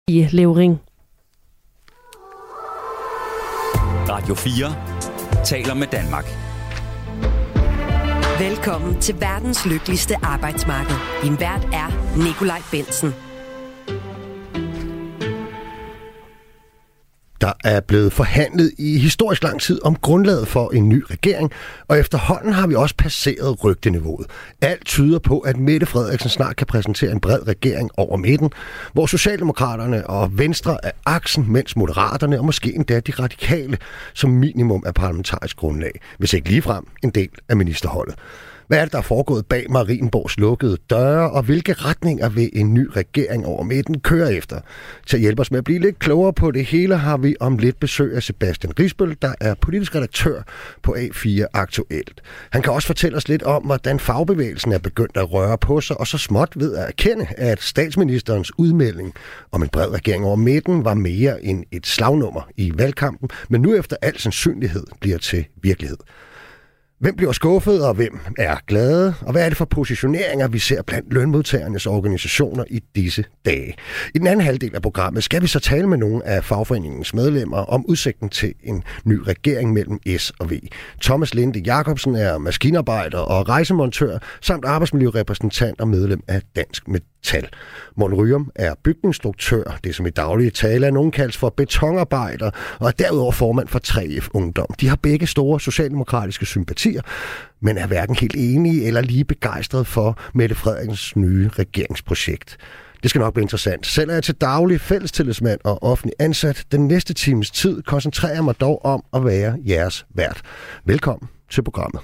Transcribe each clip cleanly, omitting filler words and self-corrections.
i Levering. Radio 4 taler med Danmark. Velkommen til verdens lykkeligste arbejdsmarked. Din vært er Nikolaj Bentzen. Der er blevet forhandlet i historisk lang tid om grundlaget for en ny regering, og efterhånden har vi også passeret rygteniveauet. Alt tyder på, at Mette Frederiksen snart kan præsentere en bred regering over midten, hvor Socialdemokraterne og Venstre er aksen, mens Moderaterne og måske endda de radikale som minimum er parlamentarisk grundlag, hvis ikke ligefrem en del af ministerholdet. Hvad er det, der er foregået bag Marienborgs lukkede døre, og hvilke retninger vil en ny regering over midten køre efter? Til at hjælpe os med at blive lidt klogere på det hele, har vi om lidt besøg af Sebastian Risbøl, der er politisk redaktør på A4 Aktuelt. Han kan også fortælle os lidt om, hvordan fagbevægelsen er begyndt at røre på sig, og så småt ved at erkende, at statsministerens udmelding om en bred regering over midten var mere end et slagnummer i valgkampen, men nu efter al sandsynlighed bliver til virkelighed. Hvem bliver skuffet, og hvem er glade? Og hvad er det for positioneringer, vi ser blandt lønmodtagernes organisationer i disse dage? I den anden halvdel af programmet skal vi så tale med nogle af fagforeningens medlemmer om udsigten til en ny regering mellem S og V. Thomas Linde Jacobsen er maskinarbejder og rejsemontør, samt arbejdsmiljørepræsentant og medlem af Dansk Metal. Morten Ryum er bygningsstruktør, det som i daglige tale er nogen kaldes for betonarbejder, og er derudover formand for 3F Ungdom. De har begge store socialdemokratiske sympatier, men er hverken helt enige eller lige begejstrede for Mette Frederiksens nye regeringsprojekt. Det skal nok blive interessant. Selv er jeg til daglig fællestillidsmand og offentlig ansat. Den næste times tid koncentrerer jeg mig dog om at være jeres vært. Velkommen til programmet.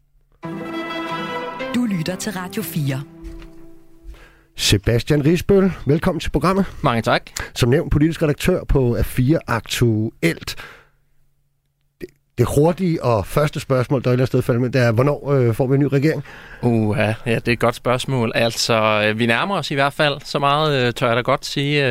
Du lytter til Radio 4. Sebastian Risbøl, velkommen til programmet. Mange tak. Som nævnt politisk redaktør på A4 Aktuelt. Det hurtige og første spørgsmål, der er et eller andet sted falder med, det er, hvornår får vi en ny regering? Ja, det er et godt spørgsmål. Altså, vi nærmer os i hvert fald. Så meget tør jeg da godt sige.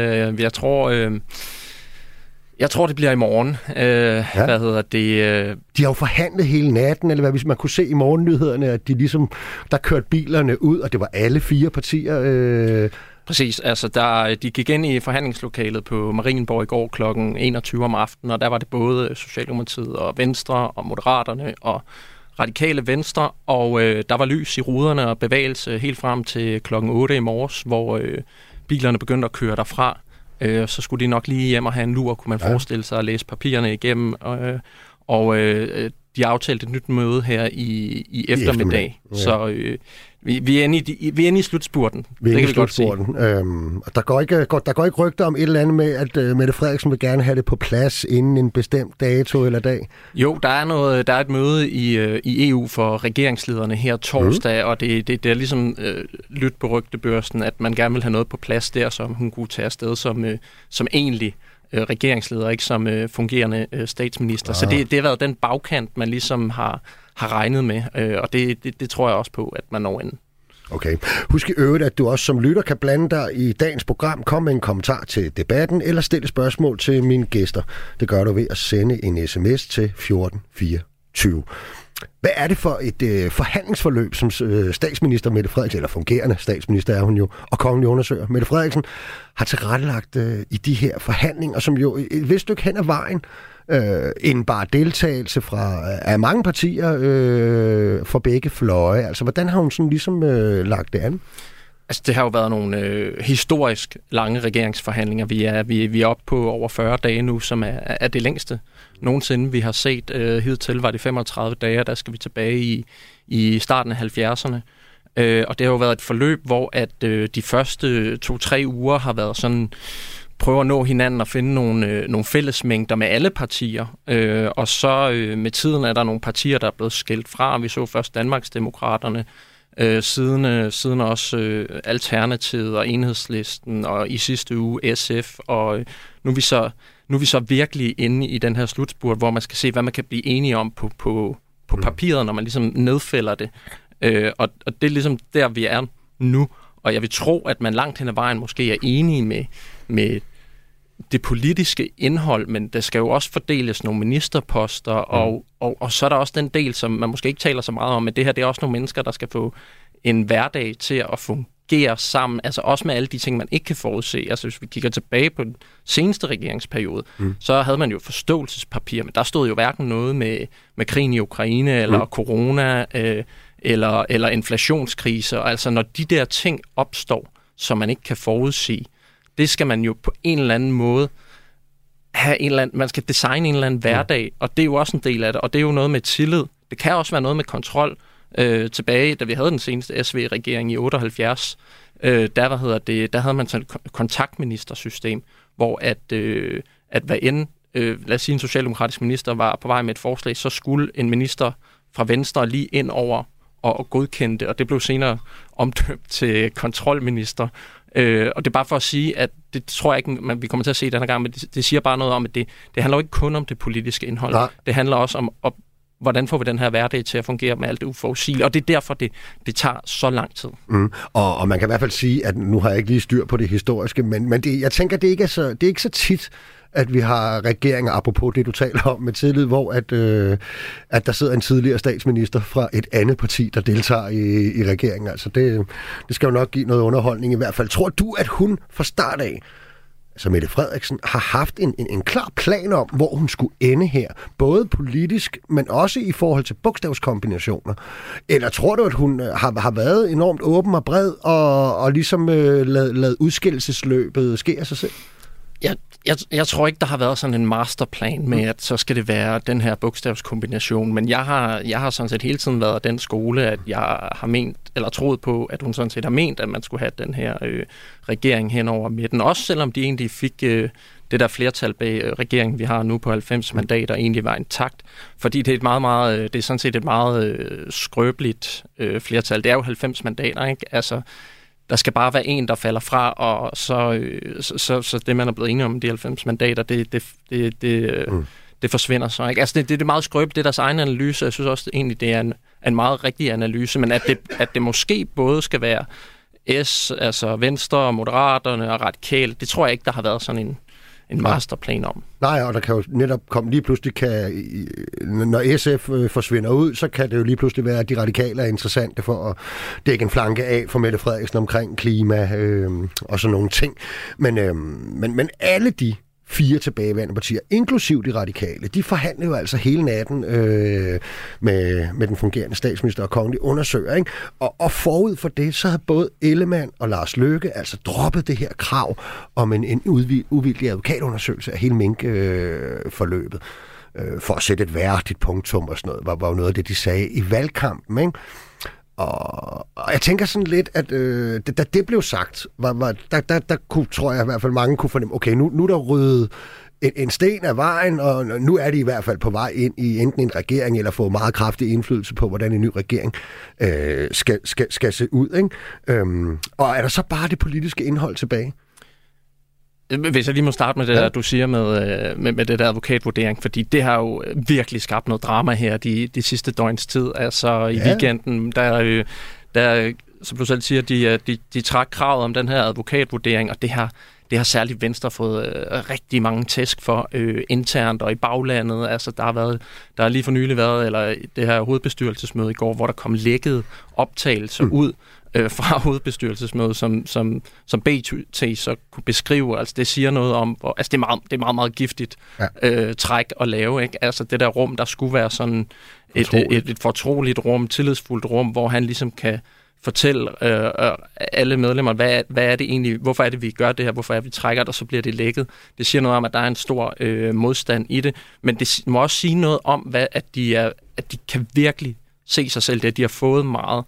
Jeg tror, det bliver i morgen. Hvad hedder det? De har jo forhandlet hele natten, eller hvad, hvis man kunne se i morgennyhederne, at de ligesom, der kørte bilerne ud, og det var alle 4 partier. Præcis, altså de gik ind i forhandlingslokalet på Marienborg i går kl. 21 om aftenen, og der var det både Socialdemokratiet og Venstre og Moderaterne og Radikale Venstre, og der var lys i ruderne og bevægelse helt frem til kl. 8 i morges, hvor bilerne begyndte at køre derfra. Så skulle de nok lige hjem og have en lur, kunne man forestille sig, at læse papirerne igennem, og de aftalte et nyt møde her i eftermiddag. Ja. Så vi er inde i slutspurten. Det kan vi godt sige. Der går ikke rygter om et eller andet med, at Mette Frederiksen vil gerne have det på plads inden en bestemt dato eller dag? Jo, der er et møde i EU for regeringslederne her torsdag, og det er ligesom lyt på rygtebørsen, at man gerne vil have noget på plads der, som hun kunne tage afsted som egentlig regeringsleder, ikke som fungerende statsminister. Så det har været den bagkant, man ligesom har regnet med, og det tror jeg også på, at man når ind. Okay. Husk i øvrigt, at du også som lytter kan blande dig i dagens program, komme med en kommentar til debatten, eller stille spørgsmål til mine gæster. Det gør du ved at sende en sms til 1424. Hvad er det for et forhandlingsforløb, som statsminister Mette Frederiksen, eller fungerende statsminister er hun jo, og kongelig undersøger Mette Frederiksen, har tilrettelagt i de her forhandlinger, som jo et vist stykke hen ad vejen, en bare deltagelse af mange partier for begge fløje. Altså, hvordan har hun sådan ligesom lagt det an? Altså, det har jo været nogle historisk lange regeringsforhandlinger. Vi er oppe på over 40 dage nu, som er det længste nogensinde, vi har set. Hidtil var det 35 dage, og der skal vi tilbage i starten af 70'erne. Og det har jo været et forløb, hvor at de første 2-3 uger har været sådan, prøve at nå hinanden og finde nogle fællesmængder med alle partier. Og så med tiden er der nogle partier, der er blevet skilt fra. Vi så først Danmarksdemokraterne, siden også Alternativet og Enhedslisten, og i sidste uge SF, og nu er vi så virkelig inde i den her slutspurt, hvor man skal se, hvad man kan blive enige om på papiret, når man ligesom nedfælder det. Og det er ligesom der, vi er nu, og jeg vil tro, at man langt hen ad vejen måske er enige med det politiske indhold, men der skal jo også fordeles nogle ministerposter, og så er der også den del, som man måske ikke taler så meget om, men det her, det er også nogle mennesker, der skal få en hverdag til at agerer sammen, altså også med alle de ting, man ikke kan forudse. Altså hvis vi kigger tilbage på den seneste regeringsperiode, så havde man jo forståelsespapir, men der stod jo hverken noget med krigen i Ukraine, eller corona, eller inflationskriser. Altså når de der ting opstår, som man ikke kan forudsige, det skal man jo på en eller anden måde have man skal designe en eller anden hverdag, og det er jo også en del af det, og det er jo noget med tillid. Det kan også være noget med kontrol. Tilbage, da vi havde den seneste SV-regering i 78, der havde man sådan et kontaktministersystem, hvor at hvad end, lad os sige en socialdemokratisk minister var på vej med et forslag, så skulle en minister fra Venstre lige ind over og godkende det, og det blev senere omdøbt til kontrolminister. Og det er bare for at sige, at det tror jeg ikke, vi kommer til at se denne gang, men det siger bare noget om, at det handler jo ikke kun om det politiske indhold. Nej. Det handler også om hvordan får vi den her hverdag til at fungere med alt det uforudsigelige, og det er derfor, det tager så lang tid. Og man kan i hvert fald sige, at nu har jeg ikke lige styr på det historiske, men jeg tænker, det er ikke så tit, at vi har regeringer, apropos det, du taler om med tillid, hvor at der sidder en tidligere statsminister fra et andet parti, der deltager i regeringen. Altså det skal jo nok give noget underholdning i hvert fald. Tror du, at hun fra start af, altså Mette Frederiksen, har haft en klar plan om, hvor hun skulle ende her, både politisk, men også i forhold til bogstavskombinationer? Eller tror du, at hun har været enormt åben og bred, og ligesom lavet udskillelsesløbet ske af sig selv? Jeg tror ikke, der har været sådan en masterplan med, at så skal det være den her bogstavskombination, men jeg har sådan set hele tiden været af den skole, at jeg har ment, eller troet på, at hun sådan set har ment, at man skulle have den her regering hen over midten. Også selvom de egentlig fik det der flertal bag regeringen, vi har nu på 90 mandater, egentlig var intakt. Fordi det er det er sådan set et meget skrøbeligt flertal. Det er jo 90 mandater, ikke? Altså, der skal bare være en, der falder fra, og så det, man er blevet enige om, de 90 mandater, det forsvinder så, ikke? Altså, det er meget skrøbeligt, det er deres egen analyse. Jeg synes også, egentlig, det er en meget rigtig analyse, men at det måske både skal være altså Venstre, Moderaterne og Radikale, det tror jeg ikke, der har været sådan en masterplan om. Nej, og der kan jo netop komme lige pludselig, når SF forsvinder ud, så kan det jo lige pludselig være, at de radikale er interessante for at dække en flanke af for Mette Frederiksen omkring klima og sådan nogle ting. Men alle de 4 tilbageværende partier, inklusiv de radikale, de forhandler jo altså hele natten med den fungerende statsminister og kongelig undersøger, ikke? Og forud for det, så har både Ellemann og Lars Løkke altså droppet det her krav om en uvildig advokatundersøgelse af hele minkforløbet. For at sætte et værdigt punktum og sådan noget, var jo noget af det, de sagde i valgkampen, ikke? Og jeg tænker sådan lidt, at da det blev sagt, der tror jeg i hvert fald mange kunne fornemme, okay, nu er der ryddet en sten af vejen, og nu er de i hvert fald på vej ind i enten en regering, eller få meget kraftig indflydelse på, hvordan en ny regering skal se ud, ikke? Og er der så bare det politiske indhold tilbage? Hvis jeg lige må starte med det der, du siger med det der advokatvurdering, fordi det har jo virkelig skabt noget drama her de sidste døgns tid. Altså i weekenden, der som du selv siger, de trak kravet om den her advokatvurdering, og det har særligt Venstre fået rigtig mange tæsk for internt og i baglandet. Altså der har lige for nylig været det her hovedbestyrelsesmøde i går, hvor der kom lækket optagelser ud fra hovedbestyrelsesmødet, som BT så kunne beskrive. Altså det siger noget om, altså det er meget, meget giftigt træk at lave, ikke? Altså det der rum, der skulle være sådan et fortroligt rum, tillidsfuldt rum, hvor han ligesom kan fortælle alle medlemmer, hvad er det egentlig, hvorfor er det, vi gør det her, hvorfor er det, vi trækker det, og så bliver det lækket. Det siger noget om, at der er en stor modstand i det, men det må også sige noget om, at de kan virkelig se sig selv, det de har fået meget.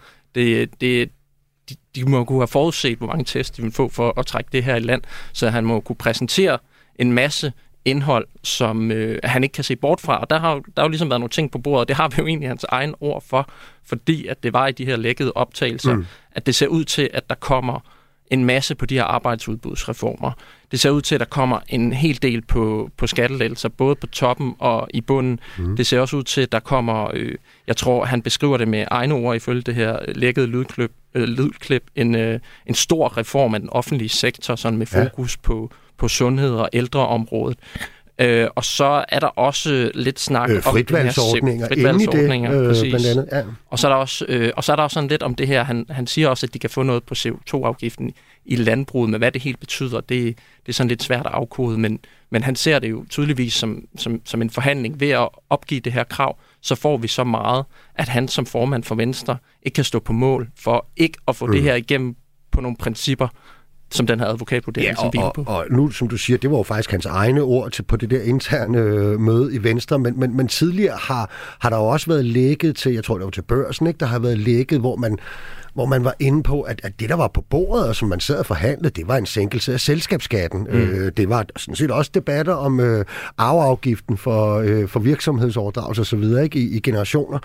De må kunne have forudset, hvor mange tests de vil få for at trække det her i land, så han må kunne præsentere en masse indhold, som han ikke kan se bort fra. Og der har jo ligesom været nogle ting på bordet, og det har vi jo egentlig hans egen ord for, fordi at det var i de her lækkede optagelser, at det ser ud til, at der kommer en masse på de her arbejdsudbudsreformer. Det ser ud til, at der kommer en hel del på skattelettelser, både på toppen og i bunden. Det ser også ud til, at der kommer, jeg tror, han beskriver det med egne ord ifølge det her lækkede lydklip, en stor reform af den offentlige sektor, sådan med fokus på sundhed og ældreområdet. Og så er der også lidt snak om fritvalgsordninger inde i det, blandt andet. Ja. Og så er der også sådan lidt om det her. Han siger også, at de kan få noget på CO2-afgiften i landbruget, men hvad det helt betyder, det er sådan lidt svært at afkode, men han ser det jo tydeligvis som en forhandling. Ved at opgive det her krav, så får vi så meget, at han som formand for Venstre ikke kan stå på mål for ikke at få det her igennem på nogle principper, som den her advokatvurdering, som hviler på. Og nu, som du siger, det var jo faktisk hans egne ord på det der interne møde i Venstre, men tidligere har der jo også været lækket til, jeg tror det var til Børsen, ikke? Der har været lækket, hvor man var inde på, at det, der var på bordet, og som man sad og forhandlede, det var en sænkelse af selskabsskatten. Det var sådan set også debatter om arveafgiften for virksomhedsoverdragelse og så videre, ikke? I generationer.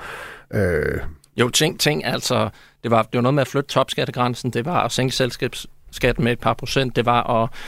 Jo, ting, altså, det var noget med at flytte topskattegrænsen, det var at sænke selskabsskatten med et par procent, det var at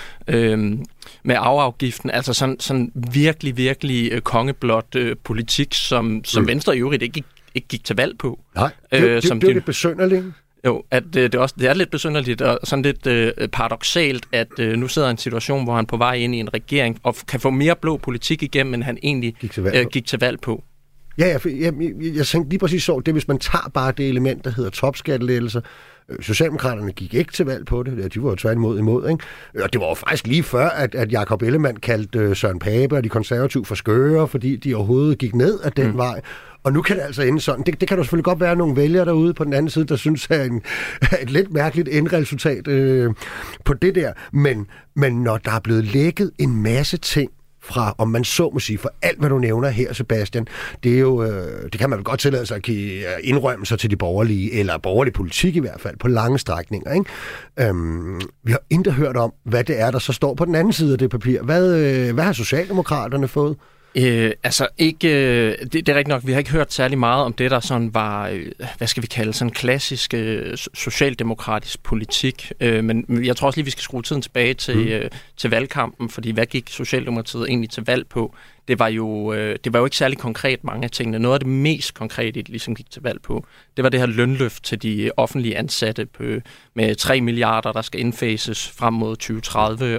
med arveafgiften, altså sådan virkelig kongeblot politik, som Venstre i øvrigt ikke gik til valg på. Nej, det er lidt besynderligt. Jo, at det er lidt besynderligt og sådan lidt paradoksalt, at nu sidder en situation, hvor han på vej ind i en regering og kan få mere blå politik igennem, end han egentlig gik til valg på. Ja, jeg tænkte lige præcis så, det hvis man tager bare det element, der hedder topskattelettelser. Socialdemokraterne gik ikke til valg på det, de var jo tværtimod, ikke? Og det var jo faktisk lige før, at Jakob Ellemann kaldte Søren Pape og de konservative for skøre, fordi de overhovedet gik ned ad den vej. Og nu kan det altså ende sådan. Det kan der selvfølgelig godt være nogle vælgere derude på den anden side, der synes, at et lidt mærkeligt endresultat på det der. Men når der er blevet lækket en masse ting fra, om man så må sige, for alt, hvad du nævner her, Sebastian, det er jo, det kan man vel godt tillade sig at give indrømmelser til de borgerlige, eller borgerlig politik i hvert fald, på lange strækninger, ikke? Vi har intet hørt om, hvad det er, der så står på den anden side af det papir. Hvad har Socialdemokraterne fået? Altså ikke, det er rigtigt nok, vi har ikke hørt særlig meget om det, der sådan var, hvad skal vi kalde, sådan klassisk socialdemokratisk politik, men jeg tror også lige, vi skal skrue tiden tilbage til valgkampen, fordi hvad gik Socialdemokratiet egentlig til valg på? Det var jo ikke særlig konkret, mange af tingene. Noget af det mest konkrete, de ligesom gik til valg på, det var det her lønløft til de offentlige ansatte med 3 milliarder, der skal indfases frem mod 2030,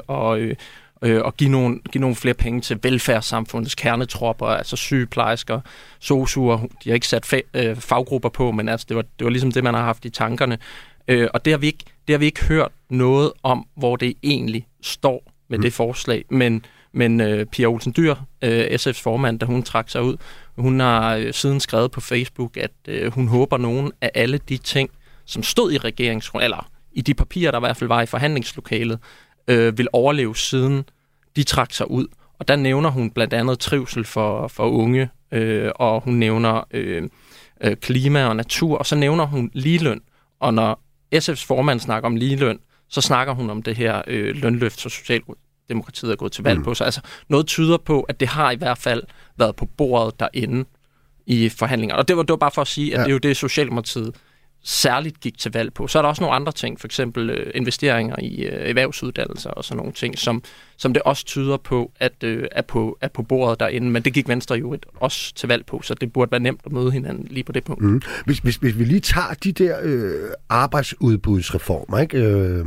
og give nogle flere penge til velfærdssamfundets kernetropper, altså sygeplejersker, sosuer. De har ikke sat faggrupper på, men altså det var ligesom det, man har haft i tankerne. Og det har vi ikke hørt noget om, hvor det egentlig står med det forslag. Men Pia Olsen Dyhr, SF's formand, da hun trak sig ud, hun har siden skrevet på Facebook, at hun håber nogen af alle de ting, som stod i eller i de papirer, der i hvert fald var i forhandlingslokalet, vil overleve siden de trak sig ud. Og der nævner hun blandt andet trivsel for unge, og hun nævner klima og natur, og så nævner hun ligeløn. Og når SF's formand snakker om ligeløn, så snakker hun om det her lønløft, så Socialdemokratiet er gået til valg på. Så altså, noget tyder på, at det har i hvert fald været på bordet derinde i forhandlinger. Og det var bare for at sige, at det er jo det, Socialdemokratiet særligt gik til valg på. Så er der også nogle andre ting, for eksempel investeringer i erhvervsuddannelser og sådan nogle ting, som det også tyder på, at er på bordet derinde. Men det gik Venstre jo også til valg på, så det burde være nemt at møde hinanden lige på det punkt. Hvis vi lige tager de der arbejdsudbudsreformer, ikke?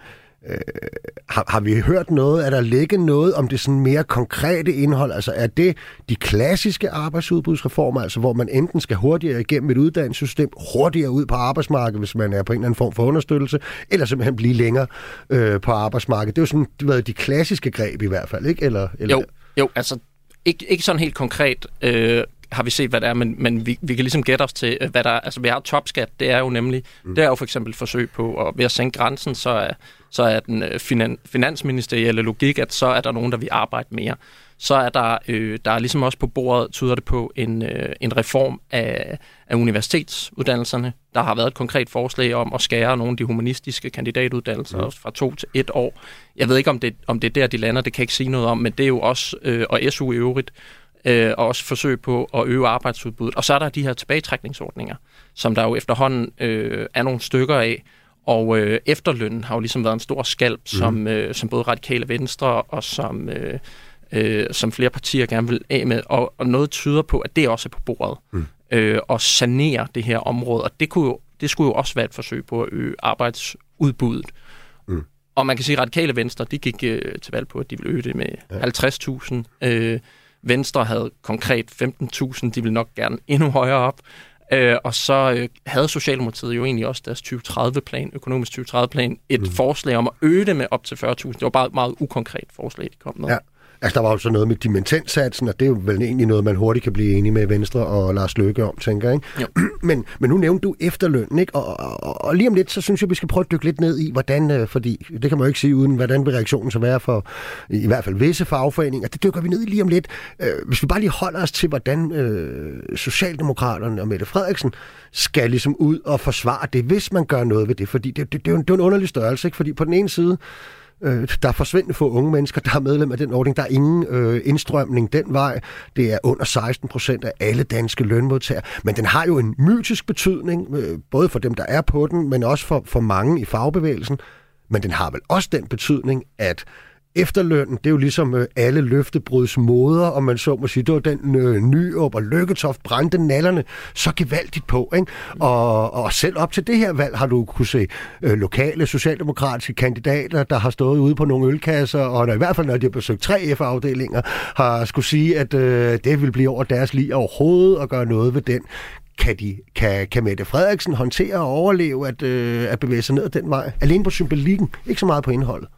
Har vi hørt noget? Er der ligget noget om det sådan mere konkrete indhold? Altså er det de klassiske arbejdsudbudsreformer, altså hvor man enten skal hurtigere igennem et uddannelsessystem, hurtigere ud på arbejdsmarkedet, hvis man er på en eller anden form for understøttelse, eller simpelthen blive længere på arbejdsmarkedet? Det er jo sådan de klassiske greb i hvert fald, ikke? Eller? Jo, altså ikke sådan helt konkret har vi set, hvad det er, men vi kan ligesom gætte os til, hvad der er. Altså, vi har topskat, det er jo nemlig, det er jo for eksempel forsøg på, og ved at sænke grænsen, så er den finansministerielle logik, at så er der nogen, der vil arbejde mere. Så er der er ligesom også på bordet, tyder det på, en reform af universitetsuddannelserne. Der har været et konkret forslag om at skære nogle af de humanistiske kandidatuddannelser fra 2 til 1 år. Jeg ved ikke, om det er der, de lander, det kan jeg ikke sige noget om, men det er jo også, og SU i øvrigt, og også forsøg på at øge arbejdsudbuddet. Og så er der de her tilbagetrækningsordninger, som der jo efterhånden er nogle stykker af, og efterlønnen har jo ligesom været en stor skalp, som både Radikale Venstre og som flere partier gerne vil af med, og noget tyder på, at det også er på bordet, og sanere det her område, og det skulle jo også være et forsøg på at øge arbejdsudbuddet. Og man kan sige, at Radikale Venstre, de gik til valg på, at de ville øge det med 50.000. Venstre havde konkret 15.000, de ville nok gerne endnu højere op. Og så havde Socialdemokratiet jo egentlig også deres 2030-plan, økonomisk 2030-plan, et forslag om at øge det med op til 40.000. Det var bare et meget ukonkret forslag, de kom med. Ja. Altså, der var jo så noget med dimittendsatsen, og det er jo vel egentlig noget, man hurtigt kan blive enige med Venstre og Lars Løkke om, tænker jeg, ikke? Men nu nævnte du efterløn, ikke? Og lige om lidt, så synes jeg, vi skal prøve at dykke lidt ned i, hvordan, fordi det kan man jo ikke sige uden, hvordan vil reaktionen så være for i hvert fald visse fagforeninger. Det dykker vi ned i lige om lidt. Hvis vi bare lige holder os til, hvordan Socialdemokraterne og Mette Frederiksen skal ligesom ud og forsvare det, hvis man gør noget ved det, fordi det er jo en underlig størrelse, ikke? Fordi på den ene side, der er forsvindende få unge mennesker, der er medlem af den ordning. Der er ingen indstrømning den vej. Det er under 16% af alle danske lønmodtagere. Men den har jo en mytisk betydning, både for dem, der er på den, men også for mange i fagbevægelsen. Men den har vel også den betydning, at efterlønnen, det er jo ligesom alle løftebruds moder, og man så må sige, det var den Nyrup og Lykketoft brændte nallerne så gevaldigt på, ikke? Og selv op til det her valg har du kunne se lokale socialdemokratiske kandidater, der har stået ude på nogle ølkasser, og i hvert fald, når de har besøgt 3F-afdelinger, har skulle sige, at det vil blive over deres liv overhovedet at gøre noget ved den. Kan Mette Frederiksen håndtere og overleve at bevæge sig ned den vej? Alene på symbolikken, ikke så meget på indholdet.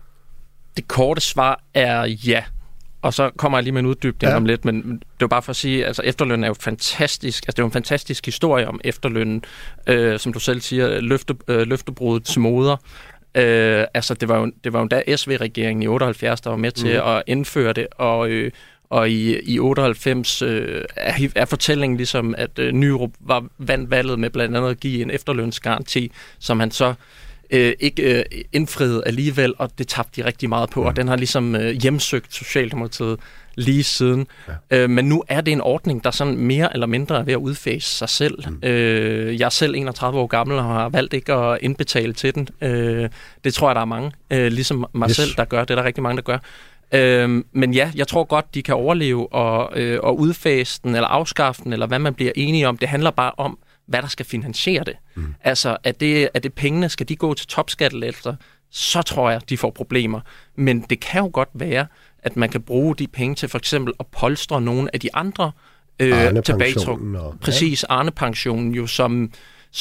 Det korte svar er ja. Og så kommer jeg lige med en uddybning om lidt, men det var bare for at sige, altså efterlønnen er jo fantastisk. Altså det er jo en fantastisk historie om efterlønnen, som du selv siger, løftebrudets moder. Altså det var jo da SV-regeringen i 78, der var med til at indføre det, og i 98 er fortællingen ligesom, at Nyrup vandt valget med blandt andet at give en efterlønsgaranti, som han så ikke indfriet alligevel, og det tabte de rigtig meget på, og den har ligesom hjemsøgt Socialdemokratiet lige siden. Ja. Men nu er det en ordning, der sådan mere eller mindre er ved at udfase sig selv. Jeg er selv 31 år gammel og har valgt ikke at indbetale til den. Det tror jeg, der er mange, ligesom mig selv, der gør det. Der er rigtig mange, der gør. Men ja, jeg tror godt, de kan overleve og udfase den, eller afskaffe den, eller hvad man bliver enige om. Det handler bare om, hvad der skal finansiere det. Altså, er det pengene, skal de gå til topskattelettelser, så tror jeg, de får problemer. Men det kan jo godt være, at man kan bruge de penge til for eksempel at polstre nogle af de andre tilbagetræk. Præcis, Arne-pensionen jo, som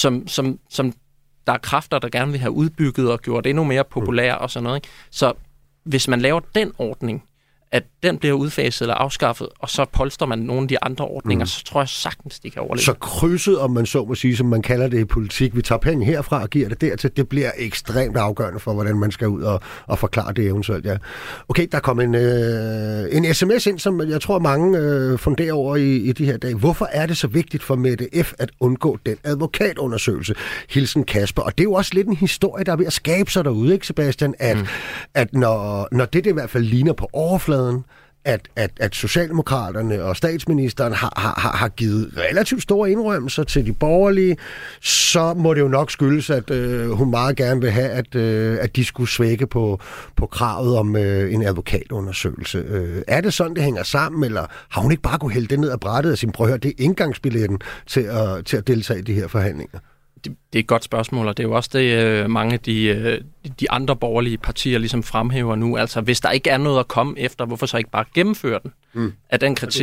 der er kræfter, der gerne vil have udbygget og gjort endnu mere populær og sådan noget. Ikke? Så hvis man laver den ordning, at den bliver udfaset eller afskaffet, og så polstrer man nogle af de andre ordninger, så tror jeg sagtens, de kan overleve. Så krydset, om man så må sige, som man kalder det i politik, vi tager penge herfra og giver det dertil, det bliver ekstremt afgørende for, hvordan man skal ud og forklare det eventuelt, ja. Okay, der kom en sms ind, som jeg tror, mange funderer over i de her dage. Hvorfor er det så vigtigt for Mette F. at undgå den advokatundersøgelse? Hilsen Kasper. Og det er jo også lidt en historie, der er ved at skabe sig derude, ikke Sebastian? At når det i hvert fald ligner på overfladen, at Socialdemokraterne og statsministeren har givet relativt store indrømmelser til de borgerlige, så må det jo nok skyldes, at hun meget gerne vil have, at de skulle svække på kravet om en advokatundersøgelse. Er det sådan, det hænger sammen, eller har hun ikke bare kunne hælde det ned ad brættet og sige, prøv at høre, det er indgangsbilletten til at deltage i de her forhandlinger? Det er et godt spørgsmål, og det er jo også det, mange af de andre borgerlige partier ligesom fremhæver nu. Altså, hvis der ikke er noget at komme efter, hvorfor så ikke bare gennemføre den? Af den kritik,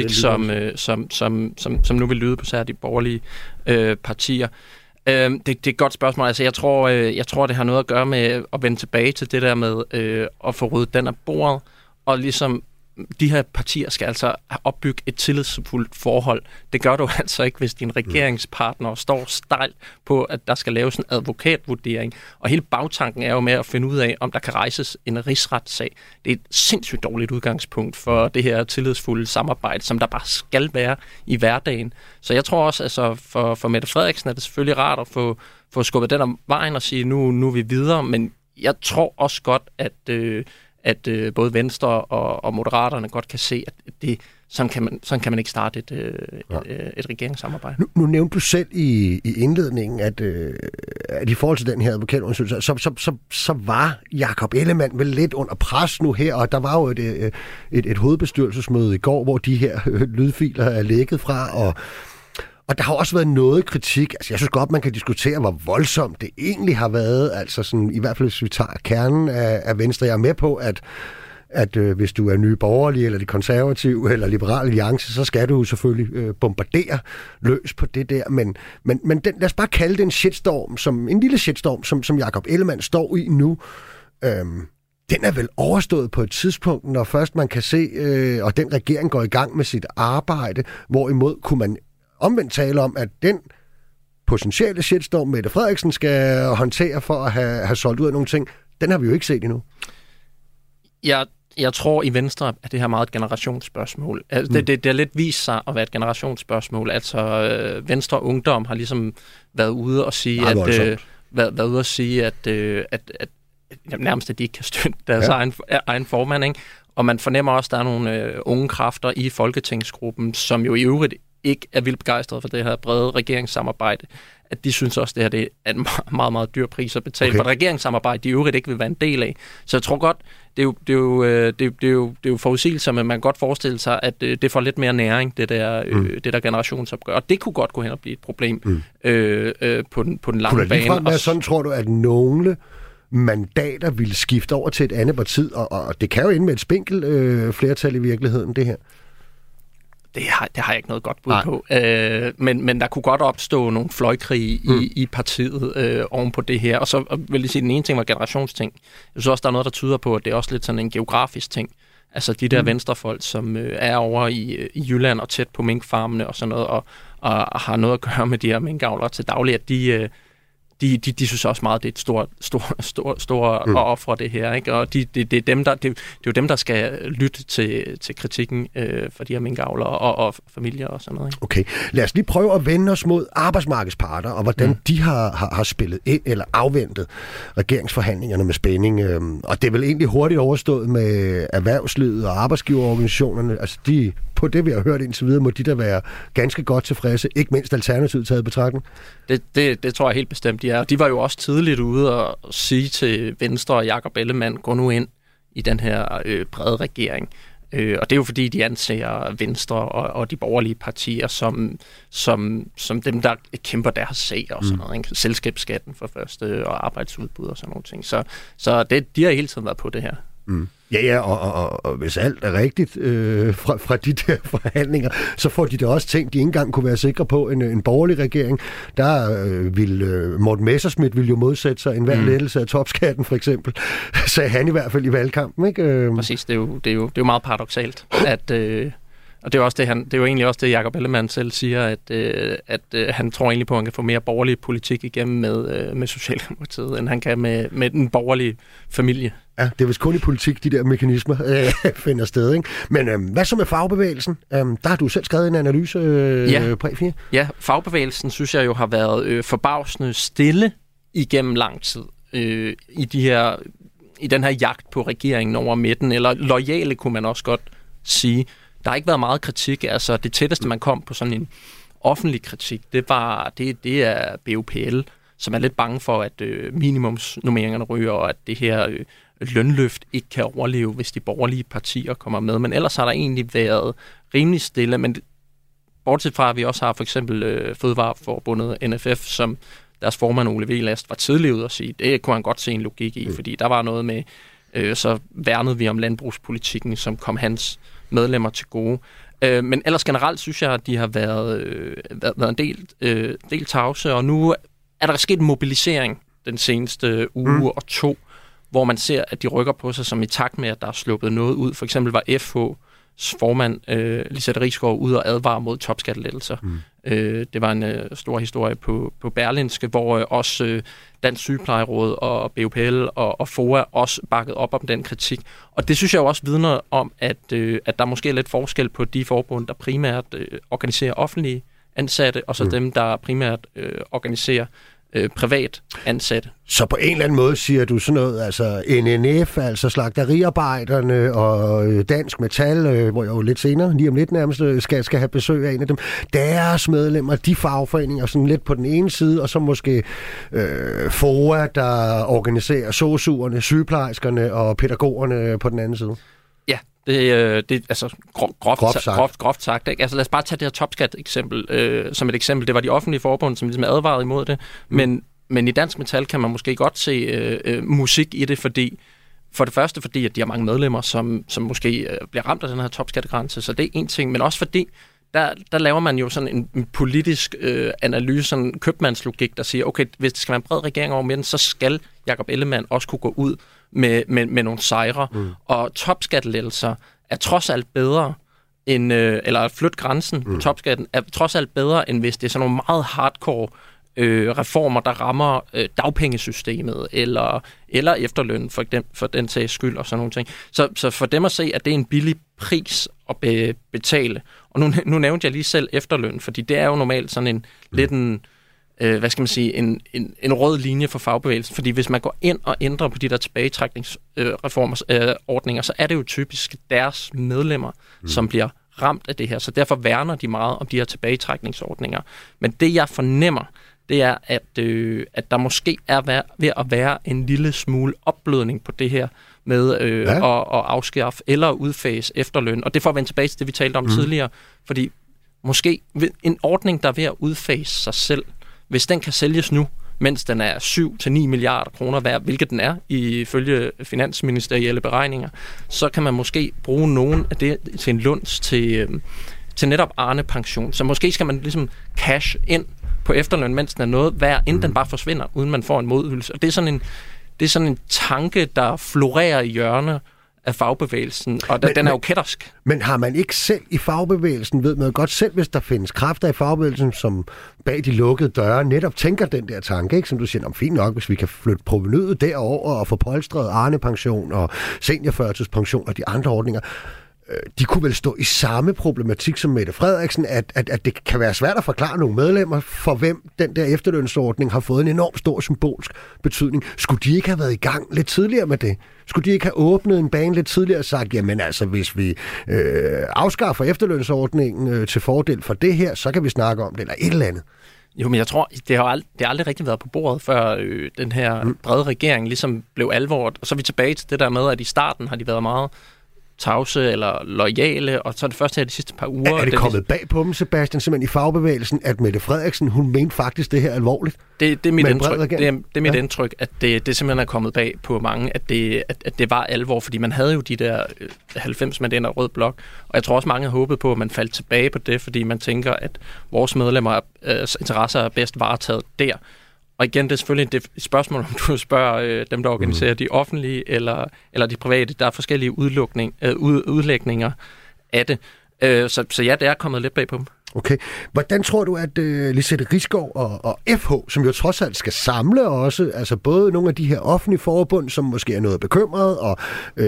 som nu vil lyde på særligt de borgerlige partier. Det er et godt spørgsmål. Altså, jeg tror, det har noget at gøre med at vende tilbage til det der med at få ryddet den af bordet, og ligesom de her partier skal altså opbygge et tillidsfuldt forhold. Det gør du altså ikke, hvis din regeringspartner står stejlt på, at der skal laves en advokatvurdering. Og hele bagtanken er jo med at finde ud af, om der kan rejses en rigsretssag. Det er et sindssygt dårligt udgangspunkt for det her tillidsfulde samarbejde, som der bare skal være i hverdagen. Så jeg tror også, altså for Mette Frederiksen er det selvfølgelig rart at få skubbet den om vejen og sige, nu er vi videre. Men jeg tror også godt, at både Venstre og Moderaterne godt kan se, at sådan kan man ikke starte et regeringssamarbejde. Nu nævnte du selv i indledningen, at i forhold til den her advokatundersøgelse, så var Jakob Ellemann vel lidt under pres nu her, og der var jo et hovedbestyrelsesmøde i går, hvor de her lydfiler er lækket fra, Og der har også været noget kritik. Altså, jeg synes godt, man kan diskutere, hvor voldsomt det egentlig har været. Altså, sådan, i hvert fald, hvis vi tager kernen af Venstre. Jeg er med på, at hvis du er Nye Borgerlige, eller de konservative, eller Liberale Alliance, så skal du selvfølgelig bombardere løs på det der. Men lad os bare kalde det en shitstorm, en lille shitstorm, som Jakob Ellemann står i nu. Den er vel overstået på et tidspunkt, når først man kan se, og den regering går i gang med sit arbejde, hvorimod kunne man omvendt tale om, at den potentielle shitstorm, Mette Frederiksen skal håndtere for at have solgt ud af nogle ting, den har vi jo ikke set endnu. Jeg tror i Venstre, at det her er meget et generationsspørgsmål. Altså, det har lidt vist sig at være et generationsspørgsmål. Altså, Venstre Ungdom har ligesom været ude og sige, at nærmest at de ikke kan støtte deres egen formand, ikke? Og man fornemmer også, at der er nogle unge kræfter i folketingsgruppen, som jo i øvrigt ikke er vildt begejstrede for det her brede regeringssamarbejde, at de synes også, at det her det er en meget, meget dyr pris at betale for et regeringssamarbejde, de i øvrigt ikke vil være en del af. Så jeg tror godt, det er jo forudsigelser, men man kan godt forestille sig, at det får lidt mere næring, det der generationsopgør. Og det kunne godt gå hen og blive et problem på den lange bane. Sådan tror du, at nogle mandater ville skifte over til et andet parti, og det kan jo ende med et spinkel flertal i virkeligheden, det her. Det har jeg ikke noget godt bud på. Men der kunne godt opstå nogle fløjkrig i partiet oven på det her. Og så vil jeg sige, den ene ting var generationsting. Jeg synes også, der er noget, der tyder på, at det er også lidt sådan en geografisk ting. Altså de der venstrefolk, som er over i Jylland og tæt på minkfarmene og sådan noget, og har noget at gøre med de her minkavlere til daglig, at de synes også meget, det er et stort at ofre det her, ikke? Og det er jo dem, der skal lytte til kritikken for de her minkavlere og familier og sådan noget, ikke? Okay, lad os lige prøve at vende os mod arbejdsmarkedsparter, og hvordan de har spillet ind eller afventet regeringsforhandlingerne med spænding. Og det er vel egentlig hurtigt overstået med erhvervslivet og arbejdsgiverorganisationerne. Altså på det, vi har hørt indtil videre, må de der være ganske godt tilfredse, ikke mindst Alternativet taget i betragtning. Det tror jeg helt bestemt, de er. Og de var jo også tidligt ude og sige til Venstre og Jakob Ellemann, gå nu ind i den her brede regering. Og det er jo fordi, de anser Venstre og de borgerlige partier som dem, der kæmper deres sag og sådan noget. Ikke? Selskabsskatten for første og arbejdsudbud og sådan nogle ting. Så de har hele tiden været på det her. Ja, og hvis alt er rigtigt fra de der forhandlinger, så får de det også tænkt, de ikke engang kunne være sikre på en borgerlig regering. Der ville Morten Messerschmidt ville jo modsætte sig enhver lettelse af topskatten, for eksempel. Sagde han i hvert fald i valgkampen, ikke? Præcis, det er jo meget paradoksalt, at... Og det er, også det er jo egentlig også det, Jakob Ellemann selv siger, at han tror egentlig på, at han kan få mere borgerlig politik igennem med Socialdemokratiet, end han kan med den borgerlige familie. Ja, det er vist kun i politik, de der mekanismer finder sted, ikke? Men hvad så med fagbevægelsen? Der har du selv skrevet en analyse, Præ4. Ja, fagbevægelsen synes jeg jo har været forbavsende stille igennem lang tid i den her jagt på regeringen over midten, eller loyale kunne man også godt sige. Der har ikke været meget kritik. Altså det tætteste, man kom på sådan en offentlig kritik, det er BUPL, som er lidt bange for, at minimumsnormeringerne ryger, og at det her lønløft ikke kan overleve, hvis de borgerlige partier kommer med. Men ellers har der egentlig været rimelig stille. Men bortset fra, at vi også har for eksempel Fødevareforbundet NFF, som deres formand Ole Velast var tidlig ude at sige, det kunne han godt se en logik i, fordi der var noget med, så værnede vi om landbrugspolitikken, som kom hans medlemmer til gode. Men ellers generelt synes jeg, at de har været en del tavse, og nu er der sket en mobilisering den seneste uge og 2, hvor man ser, at de rykker på sig som i takt med, at der er sluppet noget ud. For eksempel var FH's formand, Lisette Risgaard, ude og advare mod topskattelettelser. Det var en stor historie på Berlingske, hvor også Dansk Sygeplejeråd og BUPL og FOA også bakket op om den kritik. Og det synes jeg jo også vidner om, at der måske er lidt forskel på de forbund, der primært organiserer offentlige ansatte, og så dem, der primært organiserer privat ansatte. Så på en eller anden måde siger du sådan noget, altså NNF, altså slagteriarbejderne og Dansk Metal, hvor jeg jo lidt senere, lige om lidt nærmest, skal have besøg af en af dem. Deres medlemmer, de fagforeninger, sådan lidt på den ene side, og så måske FOA, der organiserer sosuerne, sygeplejerskerne og pædagogerne på den anden side. Ja, Altså groft sagt. Ikke? Altså lad os bare tage det her topskat-eksempel som et eksempel. Det var de offentlige forbund, som ligesom advarede imod det. Men i Dansk Metal kan man måske godt se musik i det, fordi at de har mange medlemmer, som måske bliver ramt af den her topskattegrænse. Så det er en ting, men også fordi der laver man jo sådan en politisk analyse, sådan en købmandslogik, der siger, okay, hvis det skal være en bred regering over midten, så skal Jakob Ellemann også kunne gå ud med nogle sejre. Og topskattelettelser er trods alt bedre end, eller at flytte grænsen på topskatten, er trods alt bedre, end hvis det er sådan nogle meget hardcore reformer, der rammer dagpengesystemet eller efterløn for den sags skyld og sådan nogle ting. Så for dem at se, at det er en billig pris at betale. Og nu nævnte jeg lige selv efterløn, fordi det er jo normalt sådan en en rød linje for fagbevægelsen. Fordi hvis man går ind og ændrer på de der tilbagetrækningsordninger, så er det jo typisk deres medlemmer, som bliver ramt af det her. Så derfor værner de meget om de her tilbagetrækningsordninger. Men det, jeg fornemmer, det er, at der måske er ved at være en lille smule opblødning på det her med at afskaffe eller udfase efterløn. Og det får at vende tilbage til det, vi talte om tidligere. Fordi måske en ordning, der er ved at udfase sig selv, hvis den kan sælges nu, mens den er 7-9 milliarder kroner værd, hvilket den er ifølge finansministerielle beregninger, så kan man måske bruge nogen af det til en lunds til netop Arne-pension. Så måske skal man ligesom cash ind på efterløn, mens den er noget værd, inden den bare forsvinder, uden man får en modydelse. Og det er sådan en tanke, der florerer i hjørnet af fagbevægelsen, og den er jo kættersk. Men har man ikke selv i fagbevægelsen, ved man godt selv, hvis der findes kræfter i fagbevægelsen, som bag de lukkede døre netop tænker den der tanke, ikke? Som du siger, fint nok, hvis vi kan flytte provenuet derover og få polstret Arne-pension og seniorførtidspension og de andre ordninger, de kunne vel stå i samme problematik som Mette Frederiksen, at det kan være svært at forklare nogle medlemmer, for hvem den der efterlønsordning har fået en enormt stor symbolsk betydning. Skulle de ikke have været i gang lidt tidligere med det? Skulle de ikke have åbnet en bane lidt tidligere og sagt, jamen altså, hvis vi afskaffer efterlønsordningen til fordel for det her, så kan vi snakke om det, eller et eller andet? Jo, men jeg tror, det har aldrig rigtig været på bordet, før den her brede regering ligesom blev alvor. Og så er vi tilbage til det der med, at i starten har de været meget tavse eller loyale, og så er det først her de sidste par uger. Er det kommet bag på dem, Sebastian, simpelthen i fagbevægelsen, at Mette Frederiksen, hun mente faktisk det her alvorligt? Det er mit indtryk. Det er mit indtryk, at det simpelthen er kommet bag på mange, at det var alvor, fordi man havde jo de der 90 mandater rød blok, og jeg tror også, mange havde håbet på, at man faldt tilbage på det, fordi man tænker, at vores medlemmer interesser er bedst varetaget der. Og igen, det er selvfølgelig et spørgsmål, om du spørger dem, der organiserer de offentlige eller de private. Der er forskellige udlægninger af det. Så ja, det er kommet lidt bag på dem. Okay. Hvordan tror du, at Lizette Risgaard og FH, som jo trods alt skal samle også, altså både nogle af de her offentlige forbund, som måske er noget bekymret, og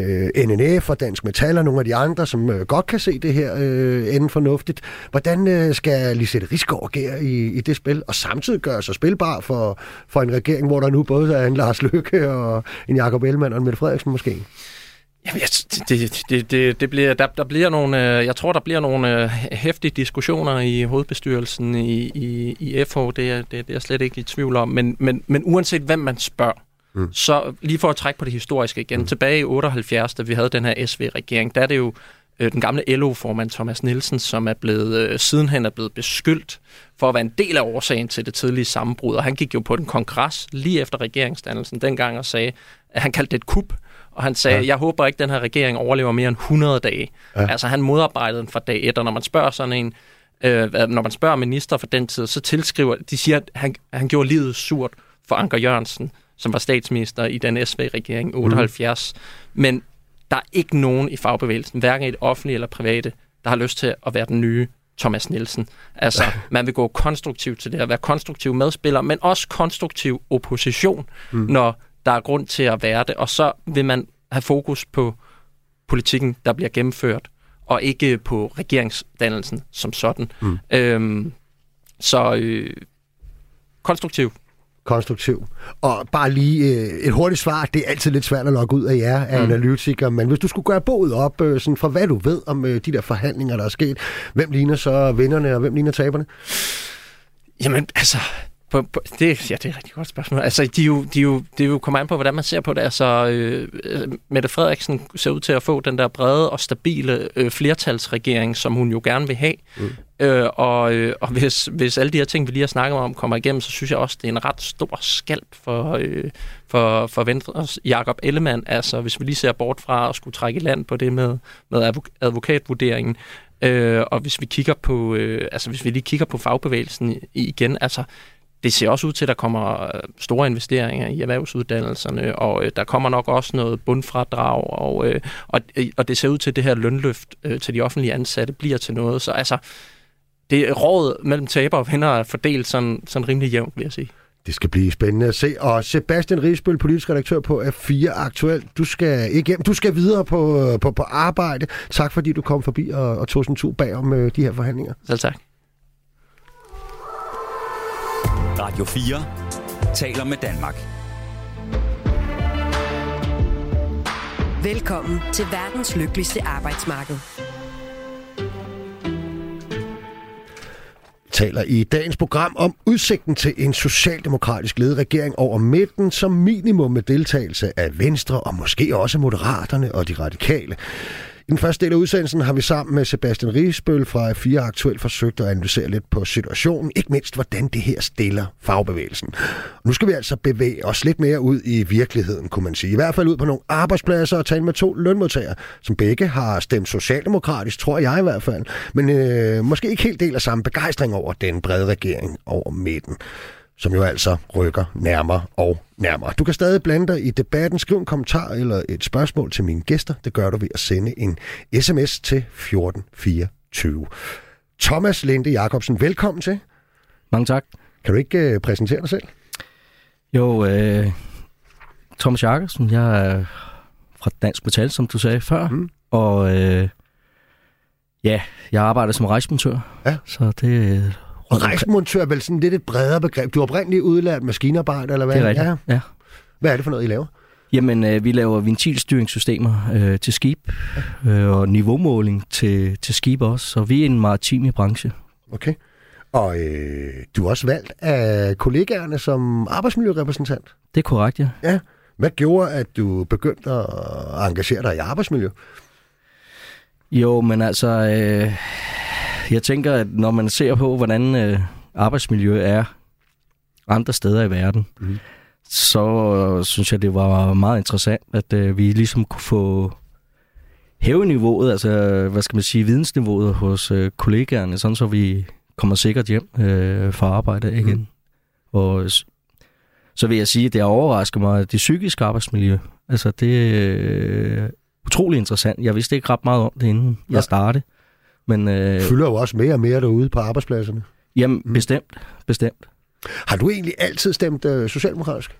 NNF og Dansk Metal og nogle af de andre, som godt kan se det her ende fornuftigt. Hvordan skal Lizette Risgaard agere i det spil, og samtidig gøre sig spilbar for en regering, hvor der nu både er en Lars Løkke og en Jakob Ellemann og en Mette Frederiksen måske? Jamen, det bliver, der bliver nogle, jeg tror, der bliver nogle heftige diskussioner i hovedbestyrelsen i FH, det er jeg slet ikke i tvivl om, men uanset hvem man spørger, så lige for at trække på det historiske igen, tilbage i 78, da vi havde den her SV-regering, der er det jo den gamle LO-formand Thomas Nielsen, som sidenhen er blevet beskyldt for at være en del af årsagen til det tidlige sammenbrud, og han gik jo på den kongres lige efter regeringsdannelsen dengang og sagde, at han kaldte det et kup. Og han sagde, jeg håber ikke, at den her regering overlever mere end 100 dage. Ja. Altså, han modarbejdede den fra dag 1, og når man spørger sådan en, når man spørger minister for den tid, så tilskriver, de siger, at han gjorde livet surt for Anker Jørgensen, som var statsminister i den SV-regering 78. Men der er ikke nogen i fagbevægelsen, hverken i det offentlige eller private, der har lyst til at være den nye Thomas Nielsen. Altså, man vil gå konstruktivt til det at være konstruktiv medspiller, men også konstruktiv opposition, når der er grund til at være det, og så vil man have fokus på politikken, der bliver gennemført, og ikke på regeringsdannelsen som sådan. Konstruktiv. Og bare lige et hurtigt svar, det er altid lidt svært at logge ud af jer, af analytikere, men hvis du skulle gøre boet op, sådan fra hvad du ved om de der forhandlinger, der er sket, hvem ligner så vinderne, og hvem ligner taberne? Jamen, altså, Det er et rigtig godt spørgsmål. Altså, det er jo kommer an på, hvordan man ser på det. Altså, Mette Frederiksen ser ud til at få den der brede og stabile flertalsregering, som hun jo gerne vil have. Og hvis alle de her ting, vi lige har snakket om, kommer igennem, så synes jeg også, det er en ret stor skalp for Venstres Jakob Ellemann. Altså, hvis vi lige ser bort fra at skulle trække i land på det med advokatvurderingen, og hvis vi kigger på, hvis vi lige kigger på fagbevægelsen igen, altså, det ser også ud til, at der kommer store investeringer i erhvervsuddannelserne, og der kommer nok også noget bundfradrag, og det ser ud til, at det her lønløft til de offentlige ansatte bliver til noget. Så altså, det er rådet mellem taber og vinder er fordelt sådan rimelig jævnt, vil jeg sige. Det skal blive spændende at se. Og Sebastian Risbøl, politisk redaktør på A4 Aktuelt. Du skal ikke hjem, du skal videre på arbejde. Tak fordi du kom forbi og tog sådan en tur bag om de her forhandlinger. Selv tak. Radio 4 taler med Danmark. Velkommen til verdens lykkeligste arbejdsmarked. Taler i dagens program om udsigten til en socialdemokratisk ledet regering over midten, som minimum med deltagelse af Venstre og måske også Moderaterne og de radikale. I den første del af udsendelsen har vi sammen med Sebastian Risbøl fra A4 Aktuelt forsøgt at analysere lidt på situationen, ikke mindst hvordan det her stiller fagbevægelsen. Nu skal vi altså bevæge os lidt mere ud i virkeligheden, kunne man sige. I hvert fald ud på nogle arbejdspladser og tale med 2 lønmodtagere, som begge har stemt socialdemokratisk, tror jeg i hvert fald, men måske ikke helt del af samme begejstring over den brede regering over midten, som jo altså rykker nærmere og nærmere. Du kan stadig blande dig i debatten. Skriv en kommentar eller et spørgsmål til mine gæster. Det gør du ved at sende en sms til 1424. Thomas Linde Jacobsen, velkommen til. Mange tak. Kan du ikke præsentere dig selv? Jo, Thomas Jacobsen. Jeg er fra Dansk Metal, som du sagde før. Og jeg arbejder som rejsemontør. Ja. Så det og rejsemontør er vel sådan lidt et bredere begreb. Du er oprindeligt udlært maskinarbejder, eller hvad? Det er rigtigt, ja. Hvad er det for noget, I laver? Jamen, vi laver ventilstyringssystemer til skib, og niveaumåling til skib også, så vi er en maritim branche. Okay. Og du er også valgt af kollegaerne som arbejdsmiljørepræsentant? Det er korrekt, ja. Ja. Hvad gjorde, at du begyndte at engagere dig i arbejdsmiljø? Jo, men altså... Jeg tænker, at når man ser på, hvordan arbejdsmiljø er andre steder i verden, så synes jeg, det var meget interessant, at vi ligesom kunne få hæve niveauet, altså hvad skal man sige, vidensniveauet hos kollegaerne, sådan så vi kommer sikkert hjem fra arbejde igen. Og så vil jeg sige, at det overrasker mig, at det psykiske arbejdsmiljø, altså det er utrolig interessant. Jeg vidste ikke ret meget om det, inden jeg startede. Men, fylder jo også mere og mere derude på arbejdspladserne. Jamen, bestemt. Har du egentlig altid stemt socialdemokratisk?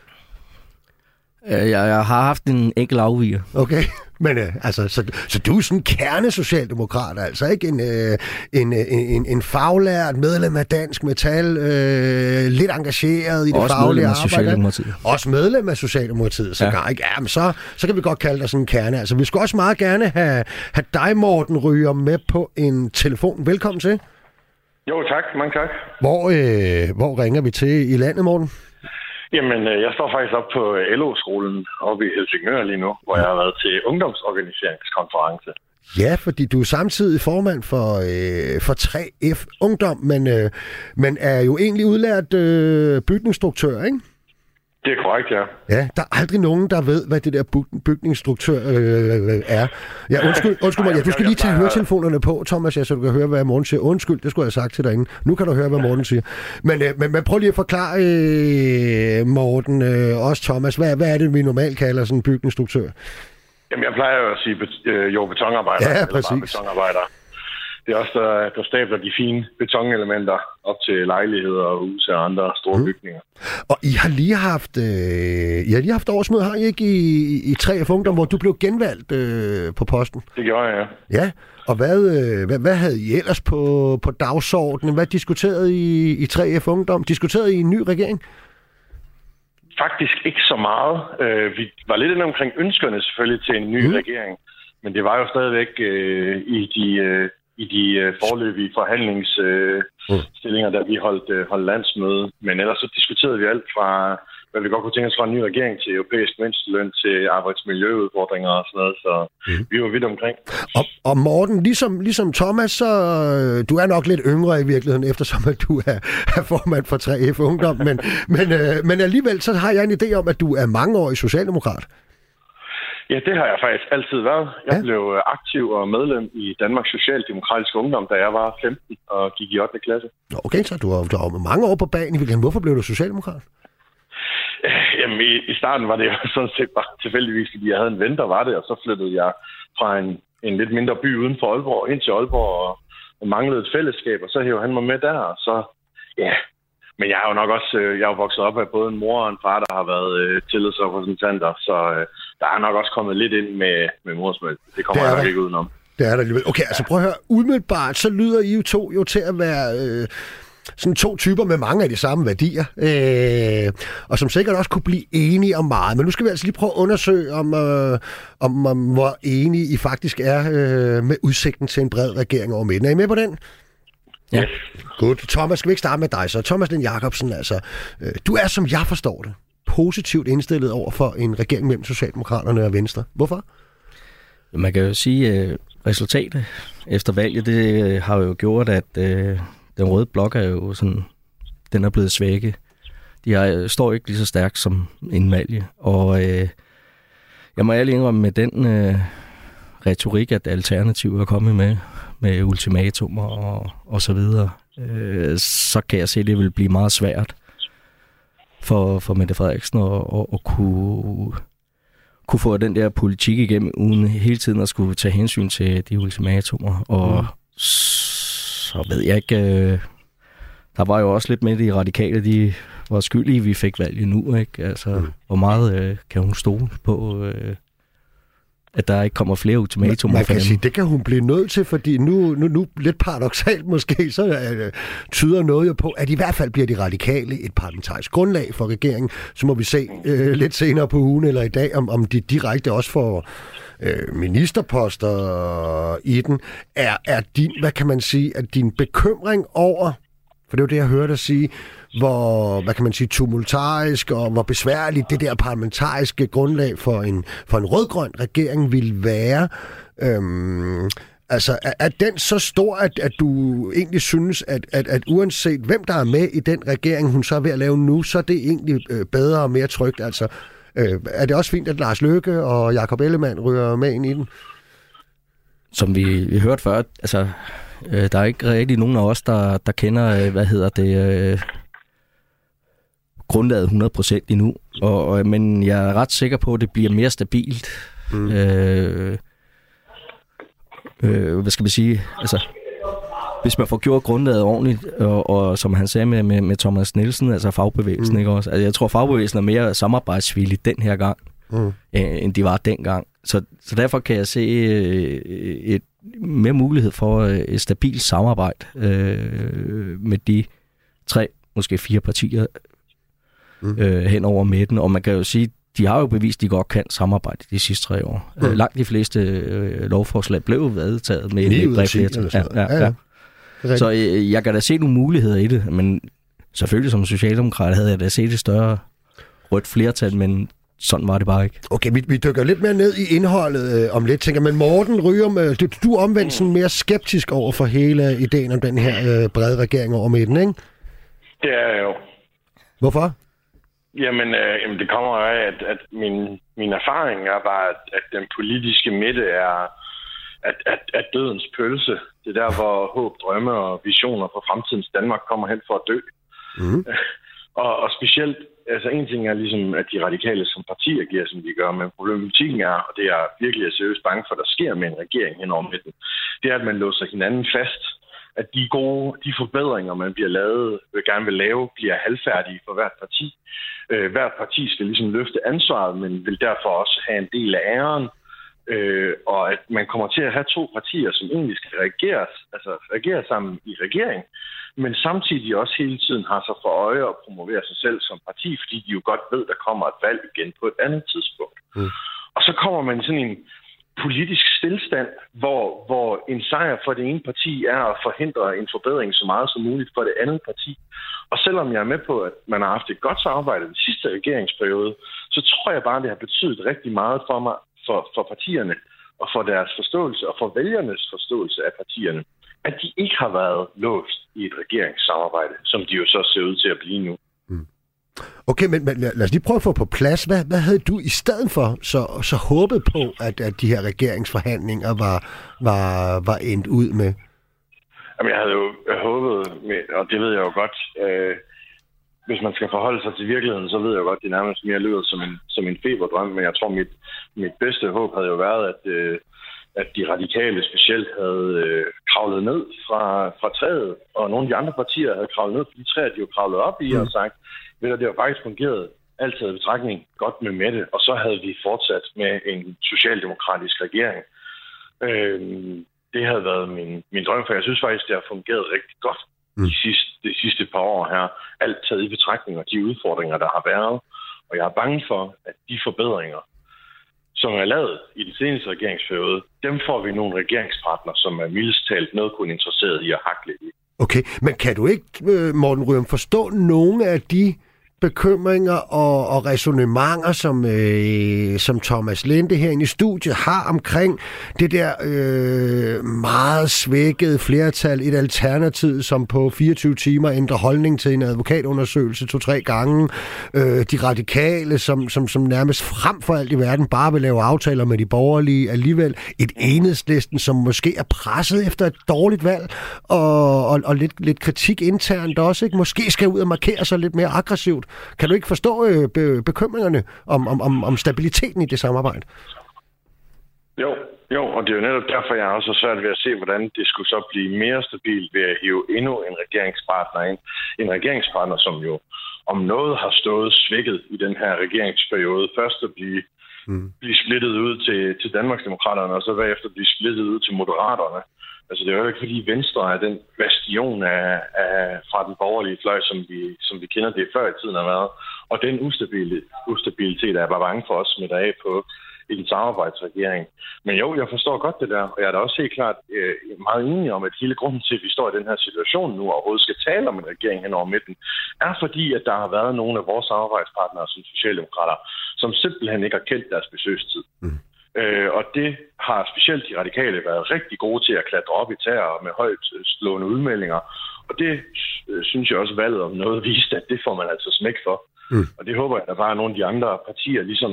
Jeg har haft en enkelt afviger. Okay, men så du er sådan en kernesocialdemokrat, altså ikke en faglært medlem af Dansk Metal, lidt engageret i det faglige arbejde. Også medlem af Socialdemokratiet. Ja. Ikke? Ja, men så kan vi godt kalde dig sådan en kerne. Altså, vi skulle også meget gerne have dig, Morten Ryger, med på en telefon. Velkommen til. Jo, tak. Mange tak. Hvor ringer vi til i landet, Morten? Jamen, jeg står faktisk op på LO-skolen oppe i Helsingør lige nu, hvor jeg har været til ungdomsorganiseringskonference. Ja, fordi du er samtidig formand for 3F Ungdom, men er jo egentlig udlært bygningsstruktør, ikke? Det er korrekt, ja. Ja, der er aldrig nogen, der ved, hvad det der bygningsstruktør er. Ja, undskyld mig. Ja, du skal lige tage høretelefonerne på, Thomas, så du kan høre, hvad Morten siger. Undskyld, det skulle jeg have sagt til dig inden. Nu kan du høre, hvad Morten siger. Men prøv lige at forklare, Morten, også Thomas, hvad er det, vi normalt kalder sådan en bygningsstruktør? Jamen, jeg plejer jo at sige betonarbejder. Ja, præcis. Betonarbejder. Det er også der stabler de fine betonelementer op til lejligheder og huse og andre store bygninger. Og I har lige haft årsmøde, har I ikke, i 3F Ungdom, hvor du blev genvalgt på posten? Det gjorde jeg, ja. Ja, og hvad havde I ellers på dagsordenen? Hvad diskuterede I 3F Ungdom? Diskuterede I en ny regering? Faktisk ikke så meget. Vi var lidt inde omkring ønskerne selvfølgelig til en ny regering, men det var jo stadigvæk i de i de foreløbige forhandlingsstillinger, da vi holdt landsmøde. Men ellers så diskuterede vi alt fra, hvad vi godt kunne tænke os fra en ny regering til europæisk mindsteløn til arbejdsmiljøudfordringer og sådan noget. Så vi var vidt omkring. Og Morten, ligesom Thomas, så du er nok lidt yngre i virkeligheden, eftersom at du er formand for 3F Ungdom. Men alligevel så har jeg en idé om, at du er mangeårig socialdemokrat. Ja, det har jeg faktisk altid været. Jeg blev aktiv og medlem i Danmarks Socialdemokratiske Ungdom, da jeg var 15 og gik i 8. klasse. Okay, så du har mange år på banen i virkeligheden. Hvorfor blev du socialdemokrat? Jamen, i starten var det jo sådan set bare tilfældigvis, fordi jeg havde en ven, der var det, og så flyttede jeg fra en lidt mindre by uden for Aalborg ind til Aalborg og manglede et fællesskab, og så hævde han mig med der, og så, ja. Men jeg er jo nok også, jeg er vokset op af både en mor og en far, der har været tillidsrepræsentanter, så der er nok også kommet lidt ind med modersmælk. Det kommer jeg nok ikke udenom. Det er der alligevel. Okay, altså prøv at høre, umiddelbart, så lyder I jo til at være sådan to typer med mange af de samme værdier, og som sikkert også kunne blive enige om meget. Men nu skal vi altså lige prøve at undersøge, om hvor enige I faktisk er med udsigten til en bred regering over midten. Er I med på den? Ja. Godt. Thomas, skal vi ikke starte med dig så? Thomas Lind Jakobsen, altså, du er, som jeg forstår det, positivt indstillet over for en regering mellem Socialdemokraterne og Venstre. Hvorfor? Man kan jo sige, at resultatet efter valget, det har jo gjort, at den røde blok er jo sådan, den er blevet svækket. De står ikke lige så stærkt som en valg. Og jeg må ærlig indrømme med den retorik, at Alternativ er kommet med ultimatumer og så videre, så kan jeg se, at det vil blive meget svært for Mette Frederiksen at kunne få den der politik igennem, uden hele tiden at skulle tage hensyn til de ultimatumer. Og så ved jeg ikke, der var jo også lidt med de radikale, de var skyldige, vi fik valget nu, ikke? Altså, hvor meget kan hun stole på, at der ikke kommer flere ultimatumer? Man kan sige, det kan hun blive nødt til, fordi nu lidt paradoksalt måske, så tyder noget jo på, at i hvert fald bliver de radikale et parlamentarisk grundlag for regeringen. Så må vi se lidt senere på ugen eller i dag, om de direkte også får ministerposter i den. Er din, hvad kan man sige, at din bekymring over, for det er jo det, jeg hørte dig sige, hvor, hvad kan man sige, tumultarisk og hvor besværligt det der parlamentariske grundlag for en rød-grøn regering vil være. Altså, er den så stor, at du egentlig synes, at uanset hvem der er med i den regering, hun så er ved at lave nu, så er det egentlig bedre og mere trygt? Altså, er det også fint, at Lars Løkke og Jakob Ellemann ryger med ind i den? Som vi hørte før, altså, der er ikke rigtig nogen af os, der kender, grundlaget 100% endnu. Men jeg er ret sikker på, at det bliver mere stabilt. Hvad skal vi sige? Altså, hvis man får gjort grundlaget ordentligt, og som han sagde med Thomas Nielsen, altså fagbevægelsen, ikke også? Altså, jeg tror, fagbevægelsen er mere samarbejdsvillig den her gang, end de var dengang. Så derfor kan jeg se et mere mulighed for et stabilt samarbejde med de 3, måske 4 partier hen over midten. Og man kan jo sige, de har jo bevist, at de godt kan samarbejde de sidste 3 år. Langt de fleste lovforslag blev vedtaget med et bredt flertal. Ja. Så jeg kan da se nogle muligheder i det, men selvfølgelig som socialdemokrat havde jeg da set et større rødt flertal, men sådan var det bare ikke. Okay, vi dykker lidt mere ned i indholdet om lidt, tænker. Men Morten Ryum, du er omvendt sådan mere skeptisk over for hele ideen om den her brede regering over midten, ikke? Det er jeg jo. Hvorfor? Jamen, det kommer af, at min erfaring er bare, at den politiske midte er at dødens pølse. Det er der, hvor håb, drømme og visioner for fremtidens Danmark kommer hen for at dø. Og specielt, altså en ting er ligesom, at de radikale som partier giver, som de gør, men problematikken er, og det er virkelig seriøst bange for, der sker med en regering hen over midten, det er, at man låser hinanden fast. At de forbedringer, man gerne vil lave, bliver halvfærdige for hvert parti. Hvert parti skal ligesom løfte ansvaret, men vil derfor også have en del af æren. Og at man kommer til at have 2 partier, som egentlig skal regere sammen i regering, men samtidig også hele tiden har sig for øje at promovere sig selv som parti, fordi de jo godt ved, der kommer et valg igen på et andet tidspunkt. Og så kommer man sådan politisk stillstand, hvor en sejr for det ene parti er at forhindre en forbedring så meget som muligt for det andet parti. Og selvom jeg er med på, at man har haft et godt samarbejde den sidste regeringsperiode, så tror jeg bare, at det har betydet rigtig meget for mig, for partierne, og for deres forståelse, og for vælgernes forståelse af partierne, at de ikke har været låst i et regeringssamarbejde, som de jo så ser ud til at blive nu. Okay, men lad os lige prøve at få på plads. Hvad havde du i stedet for så håbet på, at de her regeringsforhandlinger var endt ud med? Jamen, jeg havde jo håbet, og det ved jeg jo godt, hvis man skal forholde sig til virkeligheden, så ved jeg jo godt, det nærmest mere lyder som en feberdrøm, men jeg tror, mit bedste håb havde jo været, at de radikale specielt havde kravlet ned fra træet, og nogle af de andre partier havde kravlet ned, for de træer, de jo kravlet op i og sagt, det har faktisk fungeret altid i betragtning godt med Mette, og så havde vi fortsat med en socialdemokratisk regering. Det havde været min drøm, for jeg synes faktisk, det har fungeret rigtig godt de sidste par år her. Alt taget i betragtning og de udfordringer, der har været. Og jeg er bange for, at de forbedringer, som er lavet i den seneste regeringsperiode, dem får vi nogle regeringspartnere, som er mildest talt noget kun interesseret i at hakle i. Okay, men kan du ikke, Morten Ryum, forstå nogle af de bekymringer og ræsonnementer, som Thomas Linde herinde i studiet har omkring det der meget svækkede flertal, et alternativ, som på 24 timer ændrer holdning til en advokatundersøgelse 2-3 gange, de radikale, som nærmest frem for alt i verden bare vil lave aftaler med de borgerlige, alligevel et Enhedslisten, som måske er presset efter et dårligt valg, og lidt kritik internt også, ikke? Måske skal ud og markere sig lidt mere aggressivt. Kan du ikke forstå bekymringerne om stabiliteten i det samarbejde? Jo, og det er jo netop derfor, jeg også er svært ved at se, hvordan det skulle så blive mere stabilt ved at hive endnu en regeringspartner ind. En regeringspartner, som jo om noget har stået svækket i den her regeringsperiode. Først at blive splittet ud til Danmarksdemokraterne, og så bagefter blive splittet ud til Moderaterne. Altså, det er jo ikke, fordi Venstre er den bastion fra den borgerlige fløj, som vi kender det før i tiden har været. Og den ustabilitet er bare bange for os smitter af på en samarbejdsregering. Men jo, jeg forstår godt det der, og jeg er da også helt klart meget enig om, at hele grunden til, at vi står i den her situation nu, og overhovedet skal tale om en regering hen over midten, er fordi, at der har været nogle af vores samarbejdspartnere som socialdemokrater, som simpelthen ikke har kendt deres besøgstid. Og det har specielt de radikale været rigtig gode til at klatre op i tæer med højt slående udmeldinger. Og det synes jeg også valget om noget viste, at det får man altså smæk for. Og det håber jeg, at der bare er nogle af de andre partier, ligesom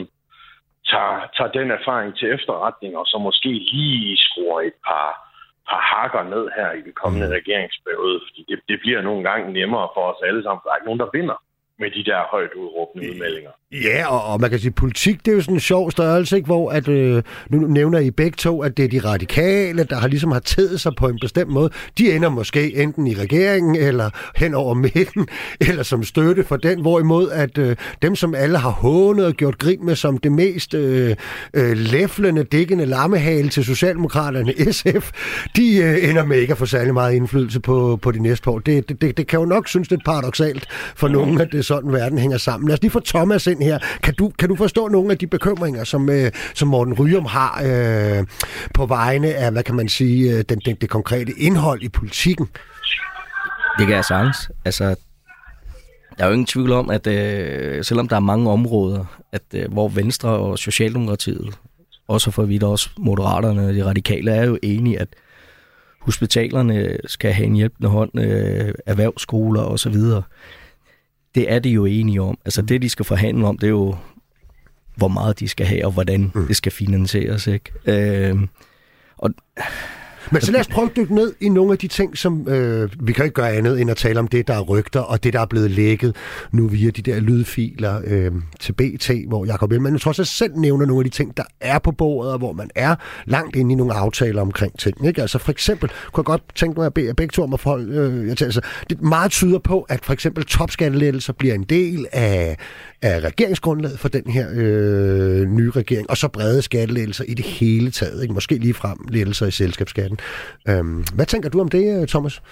tager den erfaring til efterretning, og så måske lige skruer et par hakker ned her i den kommende regeringsperiode. Fordi det bliver nogle gange nemmere for os alle sammen. Der er ikke nogen, der vinder med de der højt udråbende udmeldinger. Ja, og man kan sige, politik, det er jo sådan en sjov størrelse, ikke? Hvor at, nu nævner I begge to, at det er de radikale, der ligesom har tædet sig på en bestemt måde. De ender måske enten i regeringen, eller hen over midten, eller som støtte for den, hvorimod at dem, som alle har hånet og gjort grin med som det mest læflende, dækkende lammehale til Socialdemokraterne, SF, de ender med ikke at få særlig meget indflydelse på de næste år. Det kan jo nok synes lidt paradoksalt for nogen, at det er sådan, verden hænger sammen. Lad os lige få Thomas ind her. Kan du forstå nogle af de bekymringer, som Morten Ryum har på vegne af, hvad kan man sige, det konkrete indhold i politikken? Det kan jeg sagtens. Altså, der er jo ingen tvivl om, at selvom der er mange områder, hvor Venstre og Socialdemokratiet, også for vidt også Moderaterne og de radikale, er jo enige, at hospitalerne skal have en hjælpende hånd, erhvervsskoler osv. Det er de jo enige om. Altså det, de skal forhandle om, det er jo, hvor meget de skal have, og hvordan det skal finansieres, ikke? Men så lad os prøve at dykke ned i nogle af de ting, som vi kan ikke gøre andet end at tale om det, der er rygter, og det, der er blevet lækket nu via de der lydfiler til BT, hvor Jacob Ellemann trods alt selv nævner nogle af de ting, der er på bordet, og hvor man er langt inde i nogle aftaler omkring ting. Ikke? Altså for eksempel kunne jeg godt tænke mig at bede begge to om at forholde det meget tyder på, at for eksempel topskattelettelser bliver en del af regeringsgrundlaget for den her nye regering, og så brede skattelettelser i det hele taget. Ikke? Måske ligefrem lettelser i selskabsskatten. Hvad tænker du om det, Thomas?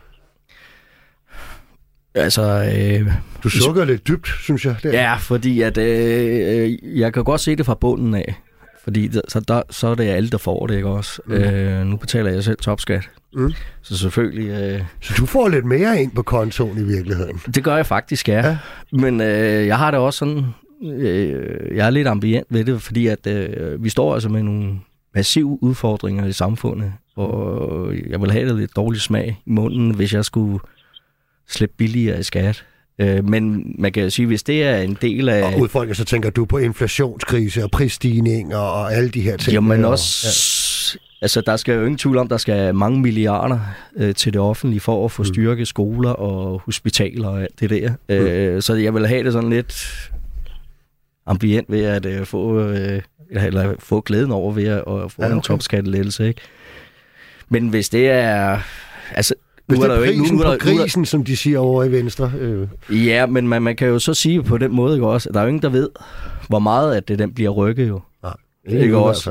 Altså, du sukker lidt dybt, synes jeg. Ja, fordi at jeg kan godt se det fra bunden af. fordi så er det alle, der får det, ikke også? Nu betaler jeg selv topskat. Så selvfølgelig... Så du får lidt mere ind på kontoen i virkeligheden? Det gør jeg faktisk, ja. Men jeg har det også sådan... jeg er lidt ambient ved det, fordi at vi står altså med nogle massive udfordringer i samfundet, og jeg vil have det lidt dårlig smag i munden, hvis jeg skulle slippe billigere i skat. Men man kan jo sige, hvis det er en del af... Og udfordringer, så tænker du på inflationskrise og prisstigning og alle de her ting. Jamen også... Ja. Altså, der skal jo ingen tvivl om, der skal mange milliarder til det offentlige for at få styrke skoler og hospitaler og alt det der. Så jeg vil have det sådan lidt ambient ved at få glæden over ved at få en topskattelettelse, ikke? Men hvis det er... Altså, hvis det er prisen på grisen, som de siger over i Venstre. Ja, men man kan jo så sige på den måde, ikke også, at der er jo ingen, der ved, hvor meget at den bliver rykket jo. Nej. Ikke også?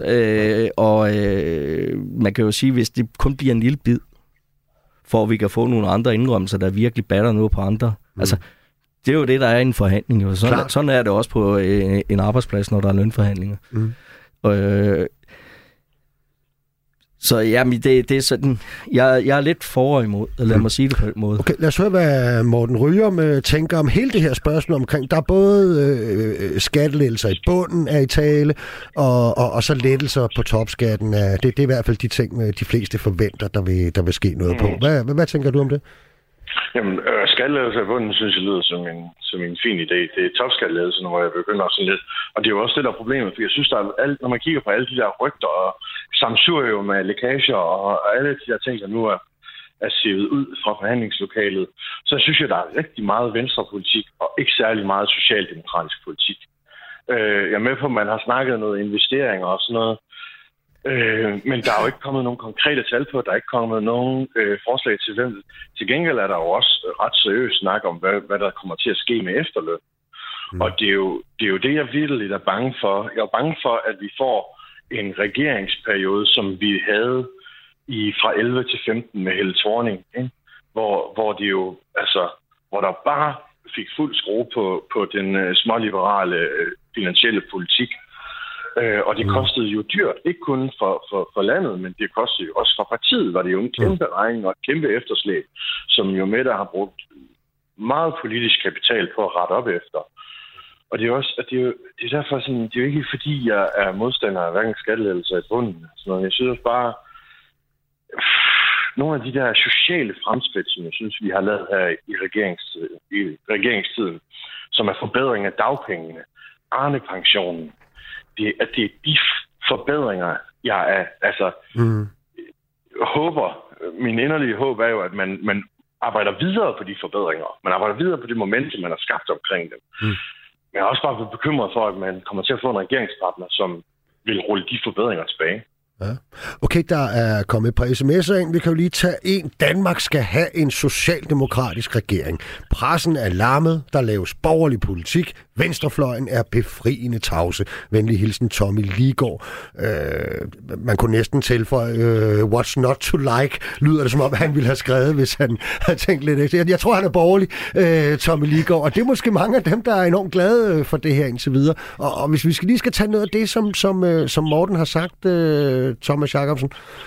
Man kan jo sige, hvis det kun bliver en lille bid, for at vi kan få nogle andre indrømmelser, der virkelig batter noget på andre. Altså, det er jo det, der er i en forhandling. Jo. Sådan er det også på en arbejdsplads, når der er lønforhandlinger. Så jamen, det er sådan... Jeg er lidt for og imod, lad mig sige det på den måde. Okay, lad os høre, hvad Morten Ryum tænker om hele det her spørgsmål omkring. Der er både skattelettelser i bunden af i tale, og så lettelser på topskatten. Det er i hvert fald de ting, de fleste forventer, der vil ske noget på. Hvad tænker du om det? Jamen, skattelettelser i bunden, synes jeg lyder som en fin idé. Det er topskattelettelser, hvor jeg begynder sådan lidt. Og det er jo også det, der er problemet, for jeg synes, der er når man kigger på alle de der rygter og samsurium med lækager og alle de der ting, der nu er sivet ud fra forhandlingslokalet, så synes jeg, der er rigtig meget venstrepolitik og ikke særlig meget socialdemokratisk politik. Jeg er med på, at man har snakket noget investeringer og sådan noget, men der er jo ikke kommet nogen konkrete tal på, der er ikke kommet nogen forslag til hvem. Til gengæld er der jo også ret seriøst snak om, hvad der kommer til at ske med efterløn. Og det er jo det, jeg virkelig er bange for. Jeg er bange for, at vi får en regeringsperiode, som vi havde fra 11 til 15 med Helle Thorning, ikke? Hvor det jo, altså, hvor der bare fik fuld skrue på den småliberale finansielle politik. Og det kostede jo dyrt, ikke kun for landet, men det kostede jo også for partiet, var det jo en kæmpe regning og et kæmpe efterslæb, som jo Mette har brugt meget politisk kapital på at rette op efter. Og det er også, at det er derfor sådan, det er jo ikke fordi, jeg er modstander af hverken skattelettelser i bunden. Så jeg synes bare, nogle af de der sociale fremskridt, som jeg synes, vi har lavet her i regeringstiden, som er forbedring af dagpengene, Arne-pensionen, det er de forbedringer, jeg er, altså, håber, min inderlige håb er jo, at man arbejder videre på de forbedringer. Man arbejder videre på det momentum, man har skabt omkring dem. Men jeg er også bare bekymret for, at man kommer til at få en regeringspartner, som vil rulle de forbedringer tilbage. Ja. Okay, der er kommet et par sms'er ind. Vi kan jo lige tage en. Danmark skal have en socialdemokratisk regering. Pressen er lammet. Der laves borgerlig politik. Venstrefløjen er befriende tavse. Venlig hilsen Tommy Ligaard. Man kunne næsten tilføje what's not to like. Lyder det som om, han ville have skrevet, hvis han havde tænkt lidt efter. Jeg tror, han er borgerlig, Tommy Ligaard. Og det er måske mange af dem, der er enormt glade for det her indtil videre. Og hvis vi lige skal tage noget af det, som Morten har sagt, Thomas Jakobsen,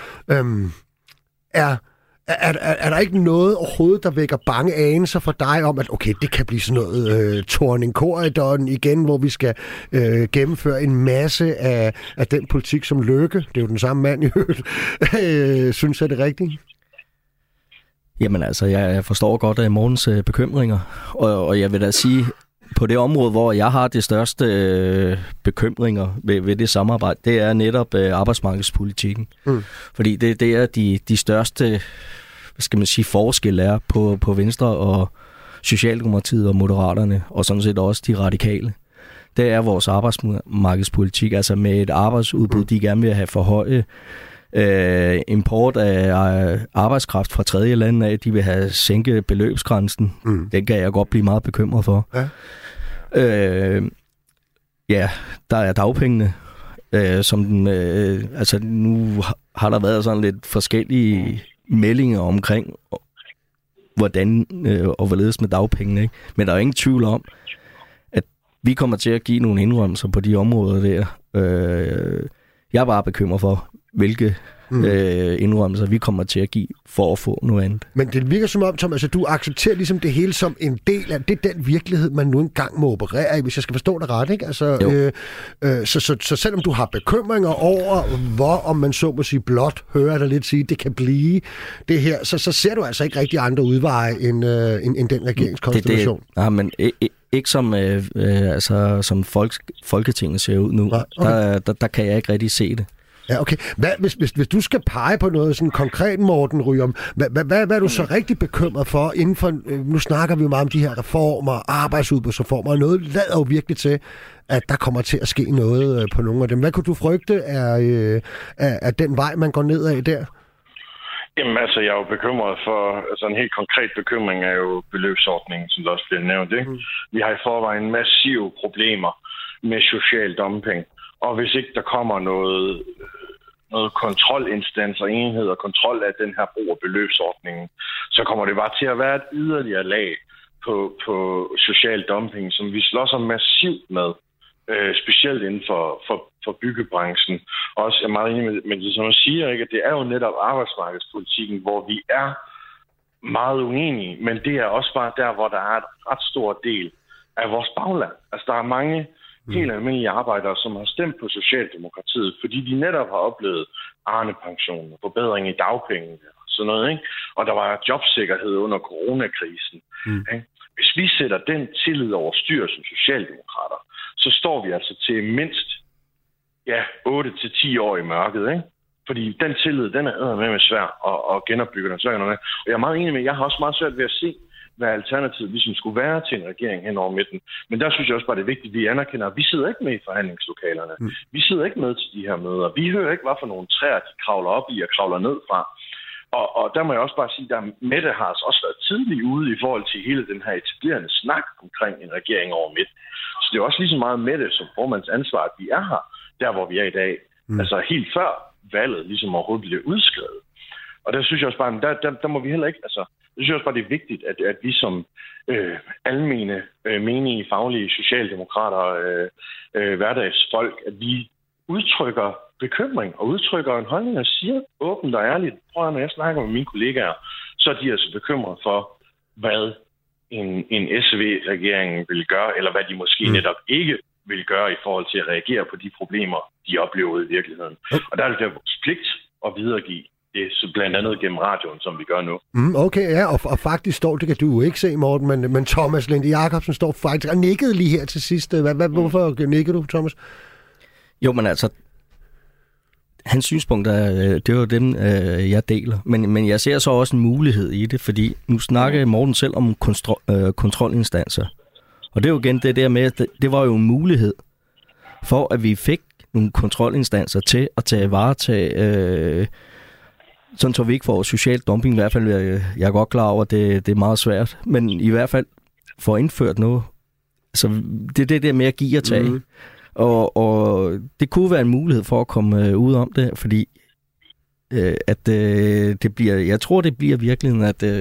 er der ikke noget overhovedet, der vækker bange anelser for dig om, at okay, det kan blive sådan noget Thorning-Corridon igen, hvor vi skal gennemføre en masse af den politik, som Løkke, det er jo den samme mand i øvrigt, synes jeg det rigtigt? Jamen altså, jeg forstår godt af Mortens bekymringer, og jeg vil da sige, på det område, hvor jeg har de største bekymringer ved det samarbejde, det er netop arbejdsmarkedspolitikken. Fordi det er de største, hvad skal man sige, forskelle er på Venstre og Socialdemokratiet og Moderaterne, og sådan set også de radikale. Det er vores arbejdsmarkedspolitik, altså med et arbejdsudbud, de gerne vil have for høje import af arbejdskraft fra tredje lande af, de vil have sænket beløbsgrænsen. Den kan jeg godt blive meget bekymret for. Ja, der er dagpengene, altså nu har der været sådan lidt forskellige meldinger omkring, hvordan og hvorledes med dagpengene, ikke? Men der er ingen tvivl om, at vi kommer til at give nogle indrømmelser på de områder der. Jeg er bare bekymret for, hvilke indrømmelser vi kommer til at give for at få noget andet. Men det virker som om, Thomas, at du accepterer ligesom det hele som en del af det, den virkelighed, man nu engang må operere i, hvis jeg skal forstå det ret, ikke? Altså, så selvom du har bekymringer over, hvor, om man så må sige, blot hører dig lidt sige, det kan blive det her, så ser du altså ikke rigtig andre udveje end den regeringskonstellation. Nej, men ikke som, som Folketinget ser ud nu. Okay. Der kan jeg ikke rigtig se det. Ja, okay. Hvis du skal pege på noget sådan konkret, Morten Ryum, hvad er du så rigtig bekymret for inden for, nu snakker vi jo meget om de her reformer, arbejdsudbudsreformer, og noget lader jo virkelig til, at der kommer til at ske noget på nogle af dem. Hvad kunne du frygte er den vej, man går nedad der? Jamen altså, jeg er jo bekymret for, altså en helt konkret bekymring er jo beløbsordningen, som der også bliver nævnt, ikke? Vi har i forvejen massive problemer med social dumping. Og hvis ikke der kommer noget kontrolinstans og enhed og kontrol af den her brug af beløbsordningen, så kommer det bare til at være et yderligere lag på social dumping, som vi slås om massivt med, specielt inden for byggebranchen. Også er meget enig med det, som jeg siger, ikke, at det er jo netop arbejdsmarkedspolitikken, hvor vi er meget uenige, men det er også bare der, hvor der er et ret stor del af vores bagland. Altså, der er mange helt almindelige arbejdere, som har stemt på Socialdemokratiet, fordi de netop har oplevet Arne-pensionen, forbedring i dagpengene og sådan noget, ikke? Og der var jobsikkerhed under coronakrisen. Ikke? Hvis vi sætter den tillid over styr som socialdemokrater, så står vi altså til mindst 8-10 år i mørket, ikke? Fordi den tillid, den er med svær at genopbygge den. Og jeg er meget enig med, jeg har også meget svært ved at se, hvad alternativet ligesom skulle være til en regering hen over midten. Men der synes jeg også bare, det er vigtigt, at vi anerkender, at vi sidder ikke med i forhandlingslokalerne. Vi sidder ikke med til de her møder. Vi hører ikke, hvad for nogle træer, de kravler op i og kravler ned fra. Og der må jeg også bare sige, at Mette har også været tidlig ude i forhold til hele den her etablerende snak omkring en regering over midten. Så det er også lige så meget Mette som formands ansvar, at vi er her, der hvor vi er i dag. Altså helt før valget ligesom overhovedet blev udskrevet. Og der synes jeg også bare, der må vi heller ikke, altså, jeg synes også bare, det er vigtigt, at vi som almene, menige, faglige socialdemokrater, hverdagsfolk, at vi udtrykker bekymring og udtrykker en holdning og siger åbent og ærligt, prøv at når jeg snakker med mine kollegaer, så er de altså bekymret for, hvad en SV-regering vil gøre, eller hvad de måske netop ikke vil gøre i forhold til at reagere på de problemer, de oplever i virkeligheden. Og der er det der vores pligt at videregive det, så blandt andet gennem radioen, som vi gør nu. Okay, ja, og faktisk står, det kan du jo ikke se, Morten, men Thomas Linde Jacobsen står faktisk og nikkede lige her til sidst. Hvorfor nikkede du, Thomas? Jo, men altså, hans synspunkter, det er jo dem, jeg deler. Men jeg ser så også en mulighed i det, fordi nu snakker Morten selv om kontrolinstanser. Og det er jo igen det der med, at det var jo en mulighed for, at vi fik nogle kontrolinstanser til at varetage, sådan så vi ikke får social dumping. I hvert fald, jeg er godt klar over, at det er meget svært. Men i hvert fald får indført noget. Så det er det der med at give og tage. Og det kunne være en mulighed for at komme ud om det, fordi at det bliver, jeg tror, det bliver virkeligheden,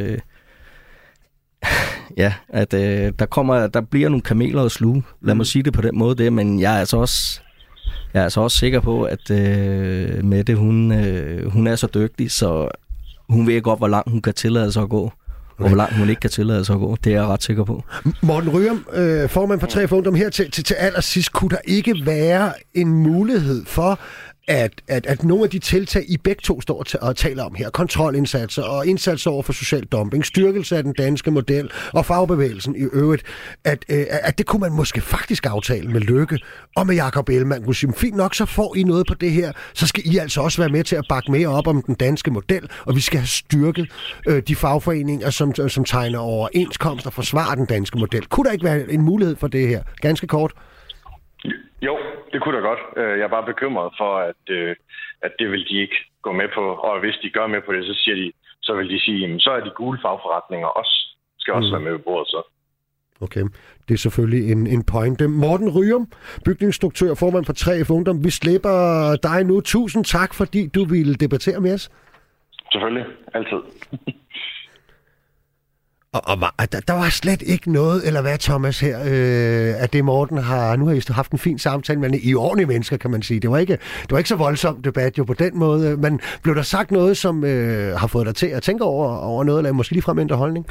at der bliver nogle kameler at sluge. Lad mig sige det på den måde, men jeg er altså også sikker på, at Mette, hun er så dygtig, så hun ved godt, hvor langt hun kan tillade sig at gå. Og hvor langt hun ikke kan tillade sig at gå. Det er jeg ret sikker på. Morten Ryum, formand for 3F Ungdom, her til allersidst, kunne der ikke være en mulighed for, at nogle af de tiltag, I begge to står og taler om her, kontrolindsatser og indsatser over for social dumping, styrkelse af den danske model og fagbevægelsen i øvrigt, at det kunne man måske faktisk aftale med Løkke og med Jakob Ellemann. Kunne sige, fint nok, så får I noget på det her, så skal I altså også være med til at bakke mere op om den danske model, og vi skal have styrket de fagforeninger, som tegner overenskomster og forsvarer den danske model. Kunne der ikke være en mulighed for det her? Ganske kort. Jo, det kunne da godt. Jeg er bare bekymret for, at det vil de ikke gå med på. Og hvis de gør med på det, så vil de sige, jamen, så er de gule fagforretninger skal også være med ved bordet så. Okay, det er selvfølgelig en pointe. Morten Ryum, bygningsinstruktør, formand for 3F Ungdom. Vi slipper dig nu. Tusind tak, fordi du ville debattere med os. Selvfølgelig. Altid. Og der var slet ikke noget, eller hvad, Thomas, her, at det Morten har... Nu har I haft en fin samtale, men I ordentlige mennesker, kan man sige. Det var ikke så voldsom debat jo på den måde. Men blev der sagt noget, som har fået dig til at tænke over noget, eller måske ligefrem ændre holdning?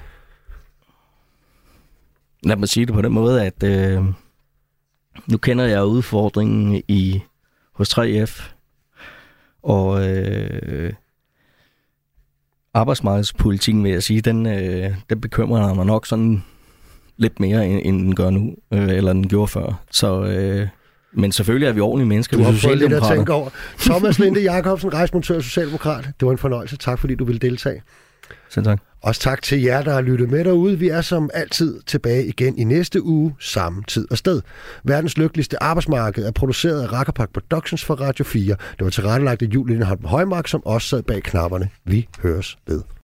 Lad mig sige det på den måde, at nu kender jeg udfordringen hos 3F, og arbejdsmarkedspolitikken, vil jeg sige, den bekymrer mig nok sådan lidt mere, end den gør nu, eller den gjorde før. Så, men selvfølgelig er vi ordentlige mennesker. Du har fået lidt at tænke over. Thomas Linde Jacobsen, rejsemontør og socialdemokrat. Det var en fornøjelse. Tak fordi du ville deltage. Selv tak. Også tak til jer, der har lyttet med derude. Vi er som altid tilbage igen i næste uge, samme tid og sted. Verdens lykkeligste arbejdsmarked er produceret af Rakkerpark Productions for Radio 4. Det var tilrettelagt af Julie Lindholm Højmark, som også sad bag knapperne. Vi høres ved.